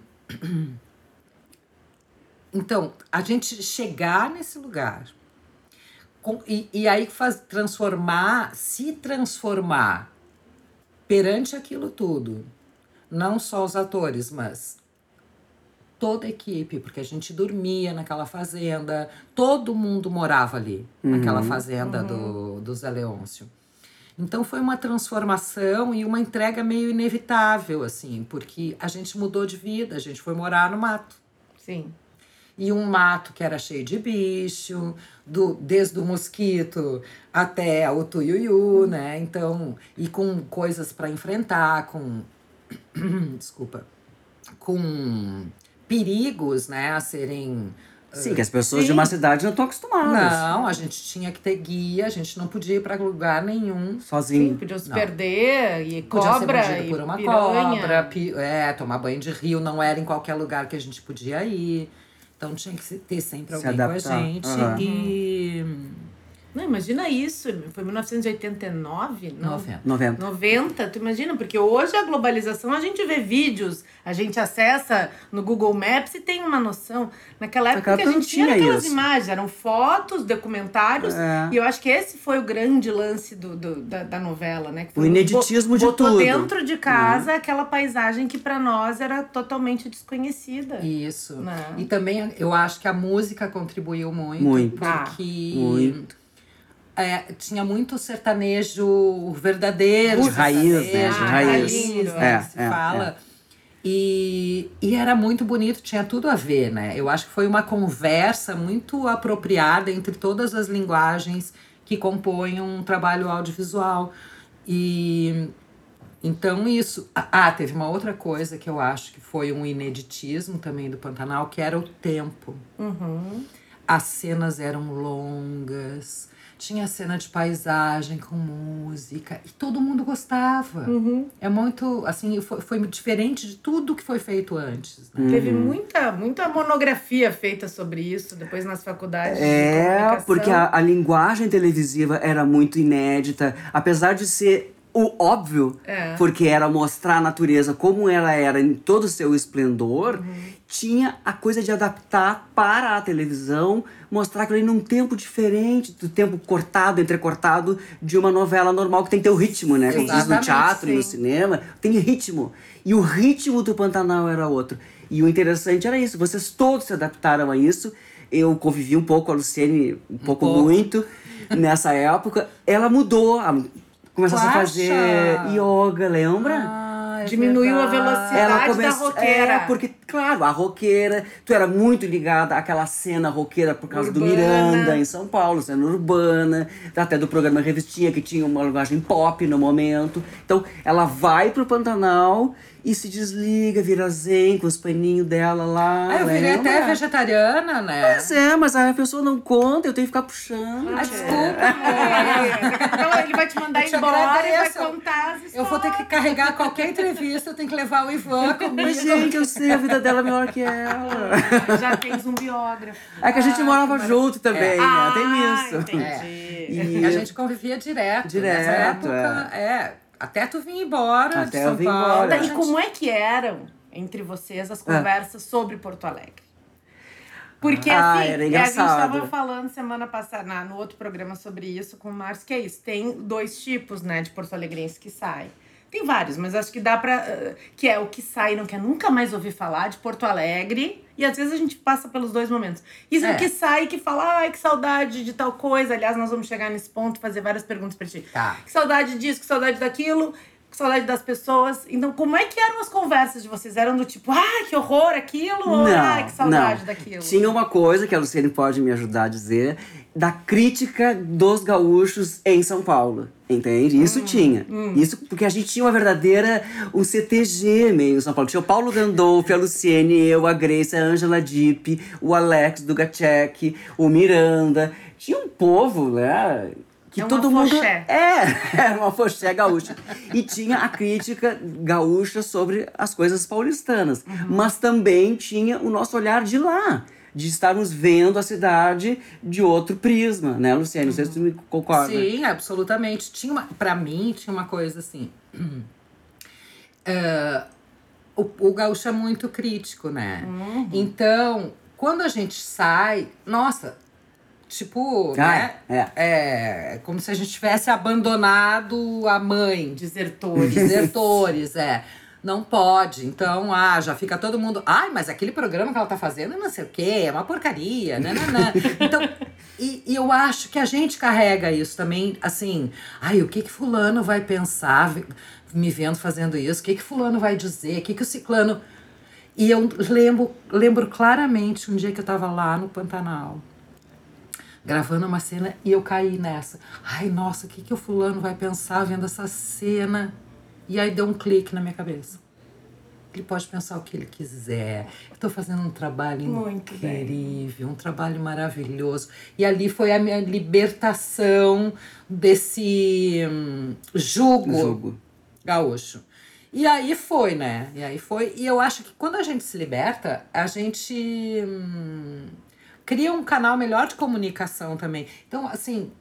Speaker 4: Então, a gente chegar nesse lugar. Com- e, e aí faz, transformar, se transformar perante aquilo tudo. Não só os atores, mas toda a equipe, porque a gente dormia naquela fazenda, todo mundo morava ali, naquela fazenda do, do Zé Leôncio. Então foi uma transformação e uma entrega meio inevitável, assim, porque a gente mudou de vida, a gente foi morar no mato.
Speaker 2: Sim.
Speaker 4: E um mato que era cheio de bicho, do, desde o mosquito até o tuiuiu, né? Então, e com coisas para enfrentar, com. Desculpa. Com perigos, né? A serem.
Speaker 1: Sim, que as pessoas
Speaker 2: Sim.
Speaker 1: de uma cidade não estão acostumadas.
Speaker 4: Não, a gente tinha que ter guia, a gente não podia ir para lugar nenhum.
Speaker 1: Sozinho.
Speaker 2: Sim, podiam se
Speaker 4: Não.
Speaker 2: perder e
Speaker 4: Podia
Speaker 2: cobra
Speaker 4: ser mordido
Speaker 2: e
Speaker 4: por uma
Speaker 2: piranha.
Speaker 4: cobra, pi- é, tomar banho de rio, não era em qualquer lugar que a gente podia ir. Então tinha que se- ter sempre
Speaker 1: Se
Speaker 4: alguém com a
Speaker 1: adaptar.
Speaker 4: gente.
Speaker 1: Aham.
Speaker 4: E,
Speaker 2: Não, imagina isso, foi mil novecentos e oitenta e nove? Não.
Speaker 1: noventa.
Speaker 2: noventa, tu imagina? Porque hoje a globalização, a gente vê vídeos, a gente acessa no Google Maps e tem uma noção. Naquela época
Speaker 1: Naquela
Speaker 2: que a gente tinha
Speaker 1: tinha
Speaker 2: aquelas
Speaker 1: isso.
Speaker 2: imagens, eram fotos, documentários,
Speaker 1: É.
Speaker 2: e eu acho que esse foi o grande lance do, do- da, da novela, né? Que foi,
Speaker 1: O ineditismo de
Speaker 2: botou
Speaker 1: tudo.
Speaker 2: dentro de casa aquela paisagem que pra nós era totalmente desconhecida.
Speaker 4: Isso.
Speaker 2: Né?
Speaker 4: E também eu acho que a música contribuiu muito.
Speaker 1: Muito.
Speaker 4: Porque
Speaker 1: Muito.
Speaker 4: é, tinha muito sertanejo verdadeiro.
Speaker 1: De raiz, né? De
Speaker 4: sertanejo,
Speaker 1: raiz.
Speaker 4: né,
Speaker 1: É,
Speaker 4: que se
Speaker 1: é,
Speaker 4: fala. E, e era muito bonito, tinha tudo a ver, né? Eu acho que foi uma conversa muito apropriada entre todas as linguagens que compõem um trabalho audiovisual. E então isso... Ah, teve uma outra coisa que eu acho que foi um ineditismo também do Pantanal, que era o tempo.
Speaker 2: Uhum.
Speaker 4: As cenas eram longas, tinha cena de paisagem com música, e todo mundo gostava.
Speaker 2: Uhum.
Speaker 4: É muito, assim, foi, foi diferente de tudo que foi feito antes, né?
Speaker 2: Teve muita, muita monografia feita sobre isso, depois nas faculdades de
Speaker 1: É,
Speaker 2: comunicação.
Speaker 1: porque a, a linguagem televisiva era muito inédita, apesar de ser o óbvio,
Speaker 2: É.
Speaker 1: porque era mostrar a natureza como ela era em todo o seu esplendor, tinha a coisa de adaptar para a televisão, mostrar aquilo ali num tempo diferente, do tempo cortado, entrecortado de uma novela normal, que tem que ter o ritmo, né? Como diz no
Speaker 4: Exatamente,
Speaker 1: teatro e no
Speaker 2: sim.
Speaker 1: cinema, tem ritmo. E o ritmo do Pantanal era outro. E o interessante era isso, vocês todos se adaptaram a isso. Eu convivi um pouco com a Luciene, um, pouco,
Speaker 4: pouco.
Speaker 1: muito, nessa época. Ela mudou, a- começou
Speaker 4: Tu
Speaker 1: a
Speaker 4: acha?
Speaker 1: fazer yoga, lembra?
Speaker 4: Ah, é
Speaker 2: Diminuiu a
Speaker 4: verdade.
Speaker 2: velocidade.
Speaker 1: Ela
Speaker 2: da
Speaker 1: começou,
Speaker 2: roqueira.
Speaker 1: é, porque, claro, a roqueira, tu era muito ligada àquela cena roqueira por causa do
Speaker 2: Urbana.
Speaker 1: Miranda, em São Paulo, cena urbana, até do programa Revistinha, que tinha uma linguagem pop no momento. Então, ela vai pro Pantanal e se desliga, vira zen com os paninhos dela lá.
Speaker 4: Ah, eu virei
Speaker 1: lembra?
Speaker 4: até vegetariana, né?
Speaker 1: Pois é, mas a pessoa não conta, eu tenho que ficar puxando.
Speaker 2: Ah,
Speaker 4: Desculpa,
Speaker 2: É, daqui a pouco ela- ele vai te mandar
Speaker 4: Eu te
Speaker 2: embora e vai
Speaker 4: agradeço.
Speaker 2: contar as histórias.
Speaker 4: Eu vou ter que carregar qualquer entrevista, eu tenho que levar o Ivan comigo.
Speaker 1: Mas, gente, eu sei a vida dela é melhor que ela.
Speaker 2: Já tens um biógrafo.
Speaker 1: É que a gente
Speaker 2: Ah,
Speaker 1: morava
Speaker 2: que
Speaker 1: junto também,
Speaker 2: Ah,
Speaker 1: né? Tem isso.
Speaker 2: entendi.
Speaker 1: E
Speaker 4: A gente convivia direto.
Speaker 1: Direto,
Speaker 4: Nessa época, é. Até tu vir embora
Speaker 1: Até
Speaker 4: de
Speaker 1: eu
Speaker 4: São
Speaker 1: vir
Speaker 4: Paulo.
Speaker 1: embora.
Speaker 2: Tá,
Speaker 4: a
Speaker 2: e
Speaker 4: gente-
Speaker 2: como é que eram entre vocês as conversas sobre Porto Alegre? Porque
Speaker 1: Ah,
Speaker 2: assim,
Speaker 1: era
Speaker 2: a gente
Speaker 1: engraçado.
Speaker 2: estava falando semana passada, na- no outro programa sobre isso com o Márcio, que é isso. Tem dois tipos, né, de porto-alegrense que saem. Tem vários, mas acho que dá pra... eh, que é o que sai e não quer nunca mais ouvir falar de Porto Alegre. E às vezes a gente passa pelos dois momentos. E
Speaker 4: É.
Speaker 2: o que sai e que fala, ai, que saudade de tal coisa. Aliás, nós vamos chegar nesse ponto, fazer várias perguntas pra ti.
Speaker 4: Tá.
Speaker 2: Que saudade disso, que saudade daquilo, que saudade das pessoas. Então, como é que eram as conversas de vocês? Eram do tipo, ah, que horror aquilo? Ou, ai, que saudade
Speaker 1: não.
Speaker 2: daquilo?
Speaker 1: Tinha uma coisa que a Luciene pode me ajudar a dizer, da crítica dos gaúchos em São Paulo, entende? Isso tinha. Isso porque a gente tinha uma verdadeira, um C T G meio em São Paulo. Tinha o Paulo Gandolfi, a Luciene, eu, a Grace, a Angela Dipp, o Alex Dugacek, o Miranda. Tinha um povo, né? Que
Speaker 2: É uma
Speaker 1: todo mundo.
Speaker 2: foché.
Speaker 1: É, era uma foché gaúcha. E tinha a crítica gaúcha sobre as coisas paulistanas. Mas também tinha o nosso olhar de lá. De estarmos vendo a cidade de outro prisma, né, Luciane? Não sei se tu me concorda.
Speaker 4: Sim, absolutamente. Tinha uma, pra mim, tinha uma coisa assim. É, o, o gaúcho é muito crítico, né? Então, quando a gente sai, nossa, tipo,
Speaker 1: Ah,
Speaker 4: né?
Speaker 1: é.
Speaker 4: É como se a gente tivesse abandonado a mãe.
Speaker 2: Desertores.
Speaker 4: Desertores, é. Não pode. Então, ah, já fica todo mundo... Ai, mas aquele programa que ela tá fazendo não sei o quê, é uma porcaria, nananã. Então, e, e eu acho que a gente carrega isso também, assim... Ai, o que que fulano vai pensar vi- me vendo fazendo isso? O que que fulano vai dizer? O que que o ciclano... E eu lembro, lembro claramente um dia que eu tava lá no Pantanal, gravando uma cena, e eu caí nessa. Ai, nossa, o que que o fulano vai pensar vendo essa cena? E aí deu um clique na minha cabeça. Ele pode pensar o que ele quiser. Eu tô fazendo um trabalho
Speaker 2: Muito bem.
Speaker 4: incrível, um trabalho maravilhoso. E ali foi a minha libertação desse hum, jugo,
Speaker 1: Jogo.
Speaker 4: gaúcho. E aí foi, né? E aí foi. E eu acho que quando a gente se liberta, a gente hum, cria um canal melhor de comunicação também. Então, assim,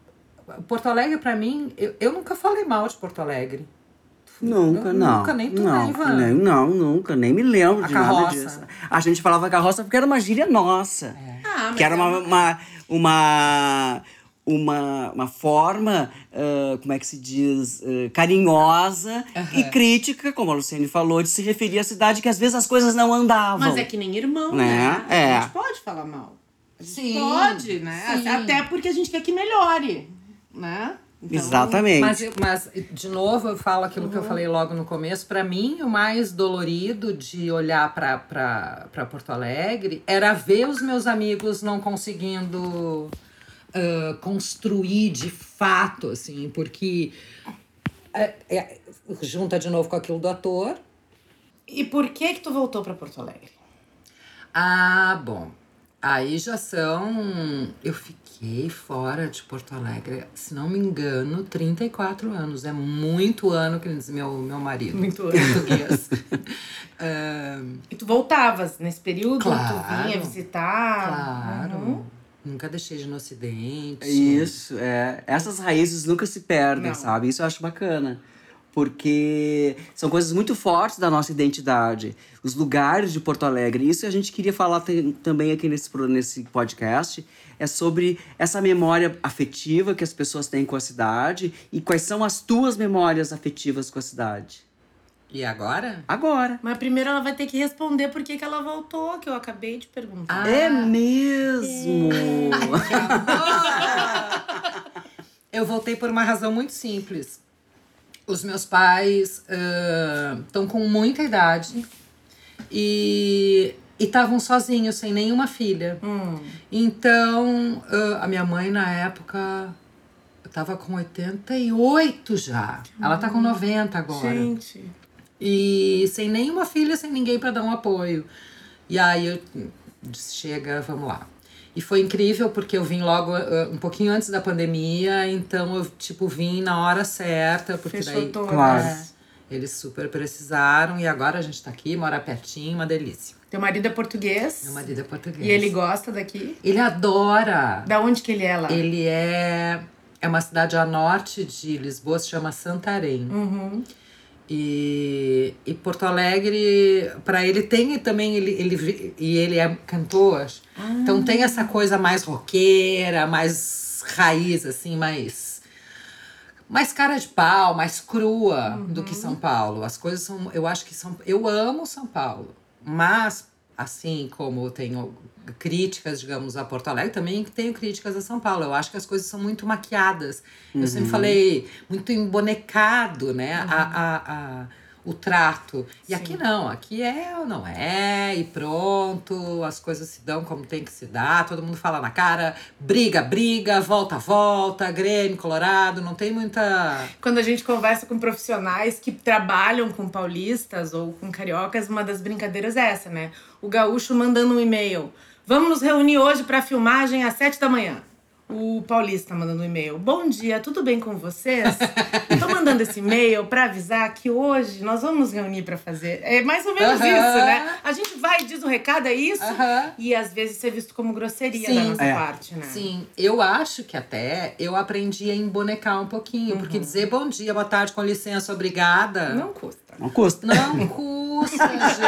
Speaker 4: Porto Alegre, pra mim, eu, eu nunca falei mal de Porto Alegre.
Speaker 1: Nunca,
Speaker 4: Eu
Speaker 1: não.
Speaker 4: Nunca, nem tu,
Speaker 1: não,
Speaker 4: nem Ivan.
Speaker 1: Nem, não, nunca, nem me lembro
Speaker 4: A
Speaker 1: de
Speaker 4: carroça.
Speaker 1: nada disso. A gente falava carroça porque era uma gíria nossa.
Speaker 4: É.
Speaker 2: Ah, mas
Speaker 1: Que era
Speaker 2: é
Speaker 1: uma, uma, uma, uma, uma forma, uh, como é que se diz, uh, carinhosa
Speaker 4: Aham.
Speaker 1: e crítica, como a Luciane falou, de se referir à cidade que às vezes as coisas não andavam.
Speaker 2: Mas é que nem irmão,
Speaker 1: Né?
Speaker 2: né?
Speaker 1: É.
Speaker 2: A gente pode falar mal. A gente
Speaker 4: Sim,
Speaker 2: pode, né?
Speaker 4: sim.
Speaker 2: Até porque a gente quer que melhore, né? Então,
Speaker 1: Exatamente.
Speaker 4: Mas, eu- mas, de novo, eu falo aquilo que eu falei logo no começo. Pra mim, o mais dolorido de olhar pra, pra, pra Porto Alegre era ver os meus amigos não conseguindo ah, construir de fato, assim, porque é, é, junta de novo com aquilo do ator.
Speaker 2: E por que que tu voltou pra Porto Alegre?
Speaker 4: Ah, bom. Aí já são. Eu fiquei fora de Porto Alegre, se não me engano, trinta e quatro anos. É muito ano, que diz meu, meu marido.
Speaker 2: Muito ano.
Speaker 4: Português. Ah,
Speaker 2: E tu voltavas nesse período?
Speaker 4: Claro.
Speaker 2: Tu vinha visitar?
Speaker 4: claro.
Speaker 2: Uhum.
Speaker 4: Nunca deixei de ir no Ocidente.
Speaker 1: Isso, é. Essas raízes nunca se perdem,
Speaker 2: Não.
Speaker 1: sabe? Isso eu acho bacana. Porque são coisas muito fortes da nossa identidade. Os lugares de Porto Alegre. Isso a gente queria falar tem- também aqui nesse, pro- nesse podcast. É sobre essa memória afetiva que as pessoas têm com a cidade. E quais são as tuas memórias afetivas com a cidade.
Speaker 4: E agora?
Speaker 1: Agora.
Speaker 2: Mas primeiro ela vai ter que responder por que que ela voltou, que eu acabei de perguntar.
Speaker 4: Ah.
Speaker 1: É mesmo!
Speaker 4: Eu voltei por uma razão muito simples. Os meus pais estão com muita idade e estavam sozinhos, sem nenhuma filha.
Speaker 2: Hum.
Speaker 4: Então, ah, a minha mãe, na época, estava com oitenta e oito já. Ela tá com noventa agora.
Speaker 2: Gente.
Speaker 4: E sem nenhuma filha, sem ninguém para dar um apoio. E aí eu disse, chega, vamos lá. E foi incrível porque eu vim logo uh, um pouquinho antes da pandemia, então eu tipo vim na hora certa, porque
Speaker 2: Fechou
Speaker 4: daí
Speaker 2: todas.
Speaker 1: Claro.
Speaker 4: é, eles super precisaram e agora a gente tá aqui, mora pertinho, uma delícia.
Speaker 2: Teu marido é português?
Speaker 4: Meu marido é português.
Speaker 2: E ele gosta daqui?
Speaker 4: Ele adora.
Speaker 2: Da onde que ele é lá?
Speaker 4: Ele é é uma cidade a norte de Lisboa, se chama Santarém.
Speaker 2: Uhum.
Speaker 4: E, e Porto Alegre, para ele tem também, ele, ele, vi- e ele é cantor, então tem essa coisa mais roqueira, mais raiz, assim, mais, mais cara de pau, mais crua do que São Paulo. As coisas são, eu acho que são, eu amo São Paulo, mas assim como eu tenho críticas, digamos, a Porto Alegre, também tenho críticas a São Paulo. Eu acho que as coisas são muito maquiadas. Eu sempre falei, muito embonecado, né? A, a, a, o trato. E
Speaker 2: Sim.
Speaker 4: aqui não, aqui é ou não é, e pronto, as coisas se dão como tem que se dar, todo mundo fala na cara, briga, briga, volta, volta, Grêmio, Colorado, não tem muita.
Speaker 2: Quando a gente conversa com profissionais que trabalham com paulistas ou com cariocas, uma das brincadeiras é essa, né? O gaúcho mandando um e-mail. Vamos nos reunir hoje para filmagem às sete da manhã. O paulista mandando um e-mail. Bom dia, tudo bem com vocês? Tô mandando esse e-mail para avisar que hoje nós vamos nos reunir para fazer. É mais ou menos
Speaker 4: Aham.
Speaker 2: isso, né? A gente vai e diz o recado, é isso.
Speaker 4: Aham.
Speaker 2: E às vezes isso é visto como grosseria
Speaker 4: Sim.
Speaker 2: da nossa
Speaker 1: É.
Speaker 2: parte, né?
Speaker 4: Sim, eu acho que até eu aprendi a embonecar um pouquinho, porque dizer bom dia, boa tarde, com licença, obrigada.
Speaker 2: Não custa.
Speaker 1: Não custa.
Speaker 4: Não custa,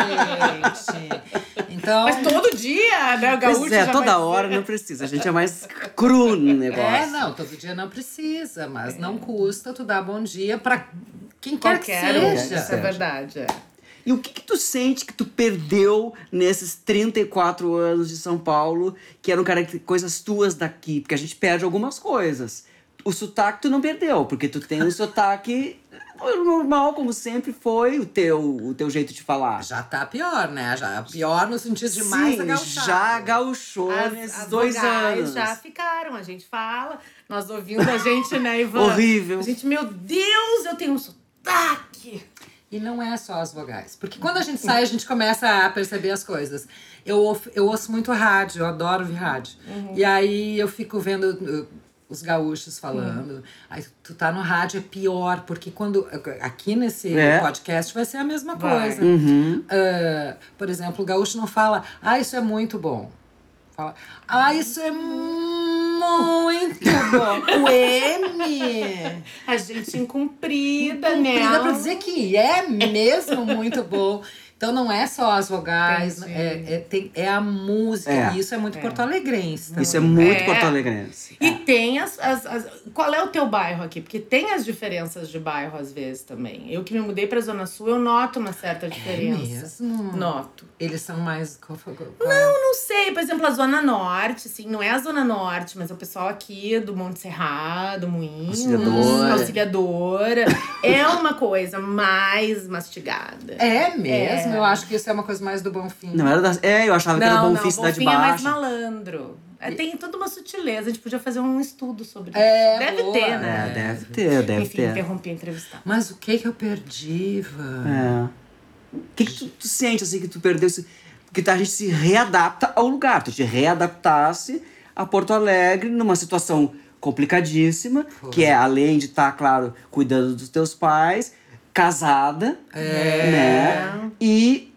Speaker 4: gente. Então.
Speaker 2: Mas todo dia, né? O gaúcho
Speaker 1: Pois é,
Speaker 2: já
Speaker 1: toda
Speaker 2: vai
Speaker 1: hora
Speaker 2: dizer.
Speaker 1: não precisa. A gente é mais cru no negócio.
Speaker 4: É, não, todo dia não precisa, mas não custa tu dar bom dia pra quem quer que
Speaker 2: Qualquer um,
Speaker 4: seja.
Speaker 2: isso é verdade. É.
Speaker 1: E o que, que tu sente que tu perdeu nesses trinta e quatro anos de São Paulo, que eram caracter- coisas tuas daqui? Porque a gente perde algumas coisas. O sotaque tu não perdeu, porque tu tem um sotaque normal, como sempre foi o teu, o teu jeito de falar.
Speaker 4: Já tá pior, né? Já pior no sentido de mais
Speaker 1: Sim,
Speaker 4: agachado.
Speaker 1: já gauchou
Speaker 2: As,
Speaker 1: nesses
Speaker 2: as
Speaker 1: dois
Speaker 2: vogais
Speaker 1: anos.
Speaker 2: já ficaram, a gente fala, nós ouvindo a gente, né, Ivan?
Speaker 1: Horrível.
Speaker 2: A gente, meu Deus, eu tenho um sotaque.
Speaker 4: E não é só as vogais. Porque quando a gente sai, a gente começa a perceber as coisas. Eu, ouv- eu ouço muito rádio, eu adoro ouvir rádio. E aí eu fico vendo uh, os gaúchos falando. Aí tu tá no rádio, é pior, porque quando. Aqui nesse
Speaker 1: É.
Speaker 4: podcast vai ser a mesma
Speaker 2: Vai.
Speaker 4: coisa.
Speaker 1: Uhum.
Speaker 4: Uh, por exemplo, o gaúcho não fala, ah, isso é muito bom. Fala, ah, isso é muito Muito bom. O M.
Speaker 2: A gente incumprida,
Speaker 4: Cumprida
Speaker 2: né?
Speaker 4: pra dizer que é mesmo muito bom. Então não é só as vogais,
Speaker 2: Entendi.
Speaker 4: é, é, tem, é a música.
Speaker 1: É.
Speaker 4: E isso é muito
Speaker 2: É.
Speaker 4: porto-alegrense. também.
Speaker 1: Isso é muito
Speaker 2: É.
Speaker 1: porto-alegrense.
Speaker 2: E tem as, as, as- Qual é o teu bairro aqui? Porque tem as diferenças de bairro às vezes também. Eu que me mudei pra Zona Sul, eu noto uma certa
Speaker 4: É
Speaker 2: diferença.
Speaker 4: mesmo?
Speaker 2: Noto.
Speaker 4: Eles são mais... Qual, qual, qual
Speaker 2: Eu não sei, por exemplo, a Zona Norte, assim, não é a Zona Norte, mas é o pessoal aqui do Monte Serrado, Moinhos,
Speaker 1: Auxiliadora.
Speaker 2: Auxiliadora. É uma coisa mais mastigada.
Speaker 4: É mesmo?
Speaker 2: É.
Speaker 4: Eu acho que isso é uma coisa mais do Bonfim.
Speaker 1: Não era da... É, eu achava que era
Speaker 2: Não,
Speaker 1: Bom
Speaker 2: não,
Speaker 1: Fim, Cidade
Speaker 2: Bonfim é mais
Speaker 1: Baixa.
Speaker 2: malandro. É, tem toda uma sutileza, a gente podia fazer um estudo sobre isso.
Speaker 4: É,
Speaker 2: Deve
Speaker 4: boa.
Speaker 2: ter,
Speaker 1: É,
Speaker 2: né?
Speaker 1: deve ter, deve
Speaker 2: Enfim,
Speaker 1: ter.
Speaker 2: interrompi a entrevista.
Speaker 4: Mas o que que eu perdi, Ivan?
Speaker 1: É. O que, que tu, tu sente, assim, que tu perdeu? esse- Que a gente se readapta ao lugar. Tu te readaptasse a Porto Alegre numa situação complicadíssima,
Speaker 4: Foi.
Speaker 1: que é, além de estar, claro, cuidando dos teus pais, casada,
Speaker 4: É.
Speaker 1: né? E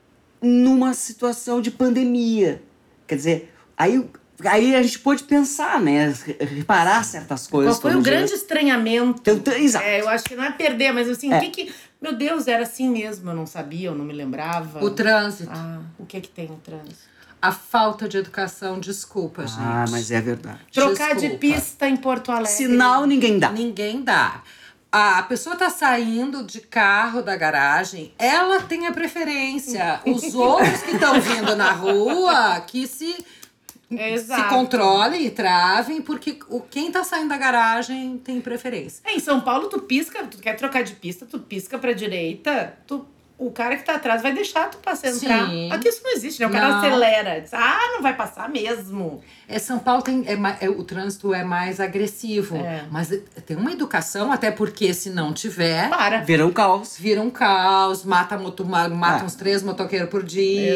Speaker 1: numa situação de pandemia. Quer dizer, aí, aí a gente pôde pensar, né? Reparar certas coisas.
Speaker 2: Qual foi o
Speaker 1: como
Speaker 2: grande
Speaker 1: diz.
Speaker 2: estranhamento?
Speaker 1: Então, então, exato.
Speaker 2: É, eu acho que não é perder, mas assim,
Speaker 1: É.
Speaker 2: o que que... Meu Deus, era assim mesmo, eu não sabia, eu não me lembrava.
Speaker 4: O trânsito.
Speaker 2: Ah, o que que tem no trânsito?
Speaker 4: A falta de educação, desculpa, gente.
Speaker 1: Ah, mas é verdade.
Speaker 2: Trocar de
Speaker 4: Desculpa.
Speaker 2: pista em Porto Alegre.
Speaker 1: Sinal ninguém dá.
Speaker 4: Ninguém dá. A pessoa tá saindo de carro da garagem, ela tem a preferência. Os outros que estão vindo na rua, que se,
Speaker 2: É,
Speaker 4: se
Speaker 2: exato.
Speaker 4: controlem e travem, porque o, quem tá saindo da garagem tem preferência.
Speaker 2: É, em São Paulo, tu pisca, tu quer trocar de pista, tu pisca pra direita, tu, o cara que tá atrás vai deixar tu passar entrar.
Speaker 4: Sim.
Speaker 2: Aqui isso não existe, né? O cara
Speaker 4: Não.
Speaker 2: acelera, diz, ah, não vai passar mesmo.
Speaker 4: É, São Paulo tem, é, ma- é, o trânsito é mais agressivo,
Speaker 2: É.
Speaker 4: mas é- tem uma educação, até porque se não tiver,
Speaker 2: Para.
Speaker 1: Verão caos.
Speaker 4: vira um caos, mata, moto, ma- mata
Speaker 1: Ah.
Speaker 4: uns três motoqueiros por dia.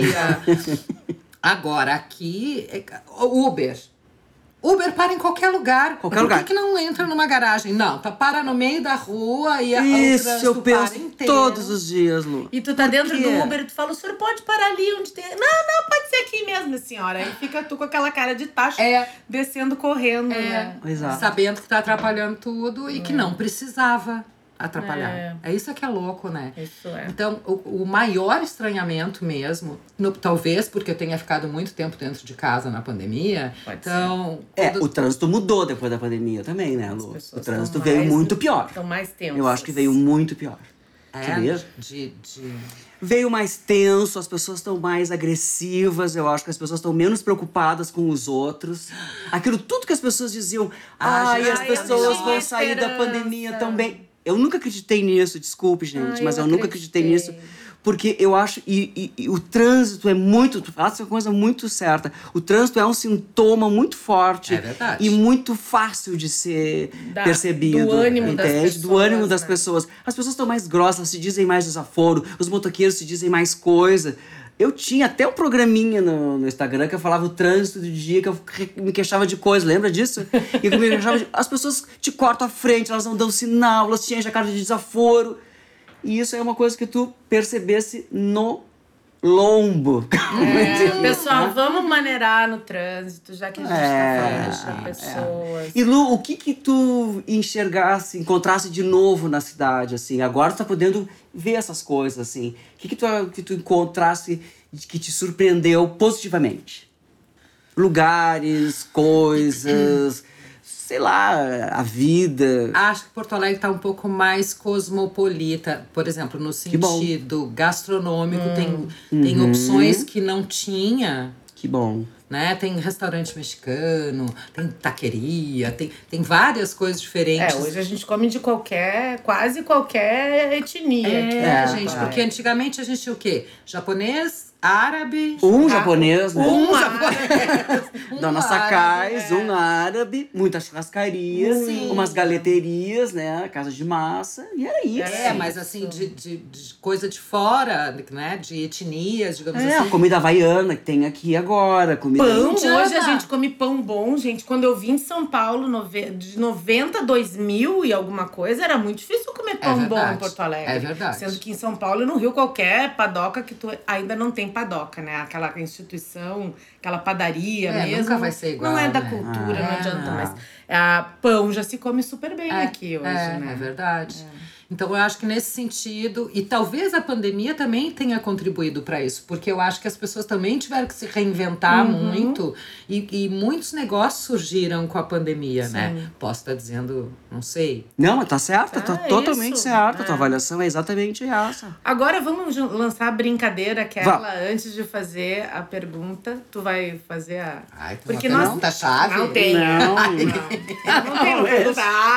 Speaker 4: Agora, aqui, é ca- Uber. Uber para em qualquer lugar.
Speaker 1: Qualquer
Speaker 4: Por
Speaker 1: lugar.
Speaker 4: que, que não entra numa garagem? Não, tá para no meio da rua e a, o
Speaker 1: Isso
Speaker 4: trânsito
Speaker 1: eu penso
Speaker 4: para inteiro.
Speaker 1: todos os dias, Lu.
Speaker 2: E tu tá dentro
Speaker 1: quê?
Speaker 2: do Uber e tu fala, o senhor pode parar ali onde tem... Não, não, pode ser aqui mesmo, minha senhora. Aí fica tu com aquela cara de tacho
Speaker 4: É,
Speaker 2: descendo correndo,
Speaker 4: é,
Speaker 2: né?
Speaker 1: Exato.
Speaker 4: sabendo que tá atrapalhando tudo e que não precisava atrapalhar.
Speaker 2: É.
Speaker 4: É. isso que é louco, né?
Speaker 2: Isso é.
Speaker 4: Então, o, o maior estranhamento mesmo, no- talvez porque eu tenha ficado muito tempo dentro de casa na pandemia,
Speaker 2: Pode
Speaker 4: então...
Speaker 1: É,
Speaker 4: quando-
Speaker 1: o trânsito mudou depois da pandemia também, né, Lu? O
Speaker 2: pessoas
Speaker 1: trânsito
Speaker 2: são
Speaker 1: veio
Speaker 2: mais-
Speaker 1: muito pior.
Speaker 2: Estão mais tensas.
Speaker 1: Eu acho que veio muito pior.
Speaker 4: é,
Speaker 1: sabia?
Speaker 4: de, de...
Speaker 1: Veio mais tenso, as pessoas estão mais agressivas, eu acho que as pessoas estão menos preocupadas com os outros. Aquilo tudo que as pessoas diziam,
Speaker 4: Ah,
Speaker 1: ai,
Speaker 4: gente,
Speaker 1: as
Speaker 2: ai,
Speaker 1: pessoas
Speaker 2: eu
Speaker 1: vão
Speaker 2: tinha
Speaker 1: sair da
Speaker 2: esperança."
Speaker 1: pandemia também. Eu nunca acreditei nisso, desculpe, gente,
Speaker 2: Ai,
Speaker 1: mas eu,
Speaker 2: eu
Speaker 1: nunca acreditei
Speaker 2: acreditei.
Speaker 1: nisso. Porque eu acho, e, e- e o trânsito é muito, tu falaste uma coisa muito certa, o trânsito é um sintoma muito forte
Speaker 4: É verdade.
Speaker 1: e muito fácil de ser
Speaker 2: Da-
Speaker 1: percebido,
Speaker 2: do ânimo das
Speaker 1: entende? Do
Speaker 2: pessoas,
Speaker 1: ânimo das
Speaker 2: né?
Speaker 1: pessoas. As pessoas estão mais grossas, se dizem mais desaforo, os motoqueiros se dizem mais coisa. Eu tinha até um programinha no, no Instagram que eu falava o trânsito do dia, que eu me queixava de coisa, lembra disso? E que eu me queixava de, as pessoas te cortam a frente, elas não dão sinal, elas te enchem a cara de desaforo. E isso é uma coisa que tu percebesse no lombo.
Speaker 2: É, pessoal, vamos maneirar no trânsito, já que a gente
Speaker 1: É,
Speaker 2: tá falando de
Speaker 1: é.
Speaker 2: pessoas.
Speaker 1: E Lu, o que que tu enxergasse, encontrasse de novo na cidade, assim? Agora tu tá podendo ver essas coisas, assim. O que que tu, que tu encontrasse que te surpreendeu positivamente? Lugares, coisas, sei lá, a vida.
Speaker 4: Acho que Porto Alegre está um pouco mais cosmopolita, por exemplo, no
Speaker 1: bom.
Speaker 4: sentido gastronômico, tem,
Speaker 1: Uhum.
Speaker 4: tem opções que não tinha,
Speaker 1: Que bom.
Speaker 4: né? Tem restaurante mexicano, tem taqueria, tem, tem várias coisas diferentes.
Speaker 2: É, hoje a gente come de qualquer, quase qualquer etnia.
Speaker 4: É,
Speaker 1: É,
Speaker 4: gente,
Speaker 1: tá.
Speaker 4: porque antigamente a gente tinha o quê? Japonês, árabe...
Speaker 1: Um
Speaker 4: ah,
Speaker 1: japonês, né?
Speaker 4: Um
Speaker 2: Um
Speaker 4: japonês. um
Speaker 1: Dona
Speaker 4: árabe,
Speaker 1: Sacais,
Speaker 4: é.
Speaker 1: um árabe, muitas churrascarias,
Speaker 4: Sim.
Speaker 1: umas galeterias, né? Casa de massa, e era isso.
Speaker 4: É, mas assim, de, de, de coisa de fora, né? De etnias, digamos
Speaker 1: É, a
Speaker 4: assim.
Speaker 1: comida havaiana que tem aqui agora, comida
Speaker 2: Pão,
Speaker 4: Indiana.
Speaker 2: hoje a gente come pão bom, gente. Quando eu vim de São Paulo, nove- de noventa a dois mil e alguma coisa, era muito difícil comer pão bom
Speaker 4: verdade.
Speaker 2: em Porto Alegre.
Speaker 4: É verdade.
Speaker 2: Sendo que em São Paulo e no Rio, qualquer padoca que tu ainda não tem padoca, né? Aquela instituição, aquela padaria
Speaker 4: É,
Speaker 2: mesmo.
Speaker 4: nunca vai ser igual,
Speaker 2: Não é da
Speaker 4: né?
Speaker 2: cultura,
Speaker 4: Ah,
Speaker 2: não adianta
Speaker 4: não.
Speaker 2: mais. A pão já se come super bem
Speaker 4: É,
Speaker 2: aqui hoje,
Speaker 4: é,
Speaker 2: né?
Speaker 4: É verdade. Então, eu acho que nesse sentido, e talvez a pandemia também tenha contribuído para isso, porque eu acho que as pessoas também tiveram que se reinventar
Speaker 2: Uhum.
Speaker 4: muito, e, e muitos negócios surgiram com a pandemia,
Speaker 2: Sim.
Speaker 4: né? Posso estar dizendo, não sei.
Speaker 1: Não, mas tá certa, tá
Speaker 2: Ah,
Speaker 1: totalmente
Speaker 2: isso.
Speaker 1: certa. A tua
Speaker 2: É.
Speaker 1: avaliação é exatamente essa.
Speaker 2: Agora vamos ju- lançar a brincadeira aquela
Speaker 1: Vá.
Speaker 2: antes de fazer a pergunta. Tu vai fazer a.
Speaker 4: Ai, tem
Speaker 2: Porque
Speaker 4: uma
Speaker 2: nós-
Speaker 4: pergunta-chave.
Speaker 2: Não tem.
Speaker 1: Não.
Speaker 2: Não, não tem uma pergunta.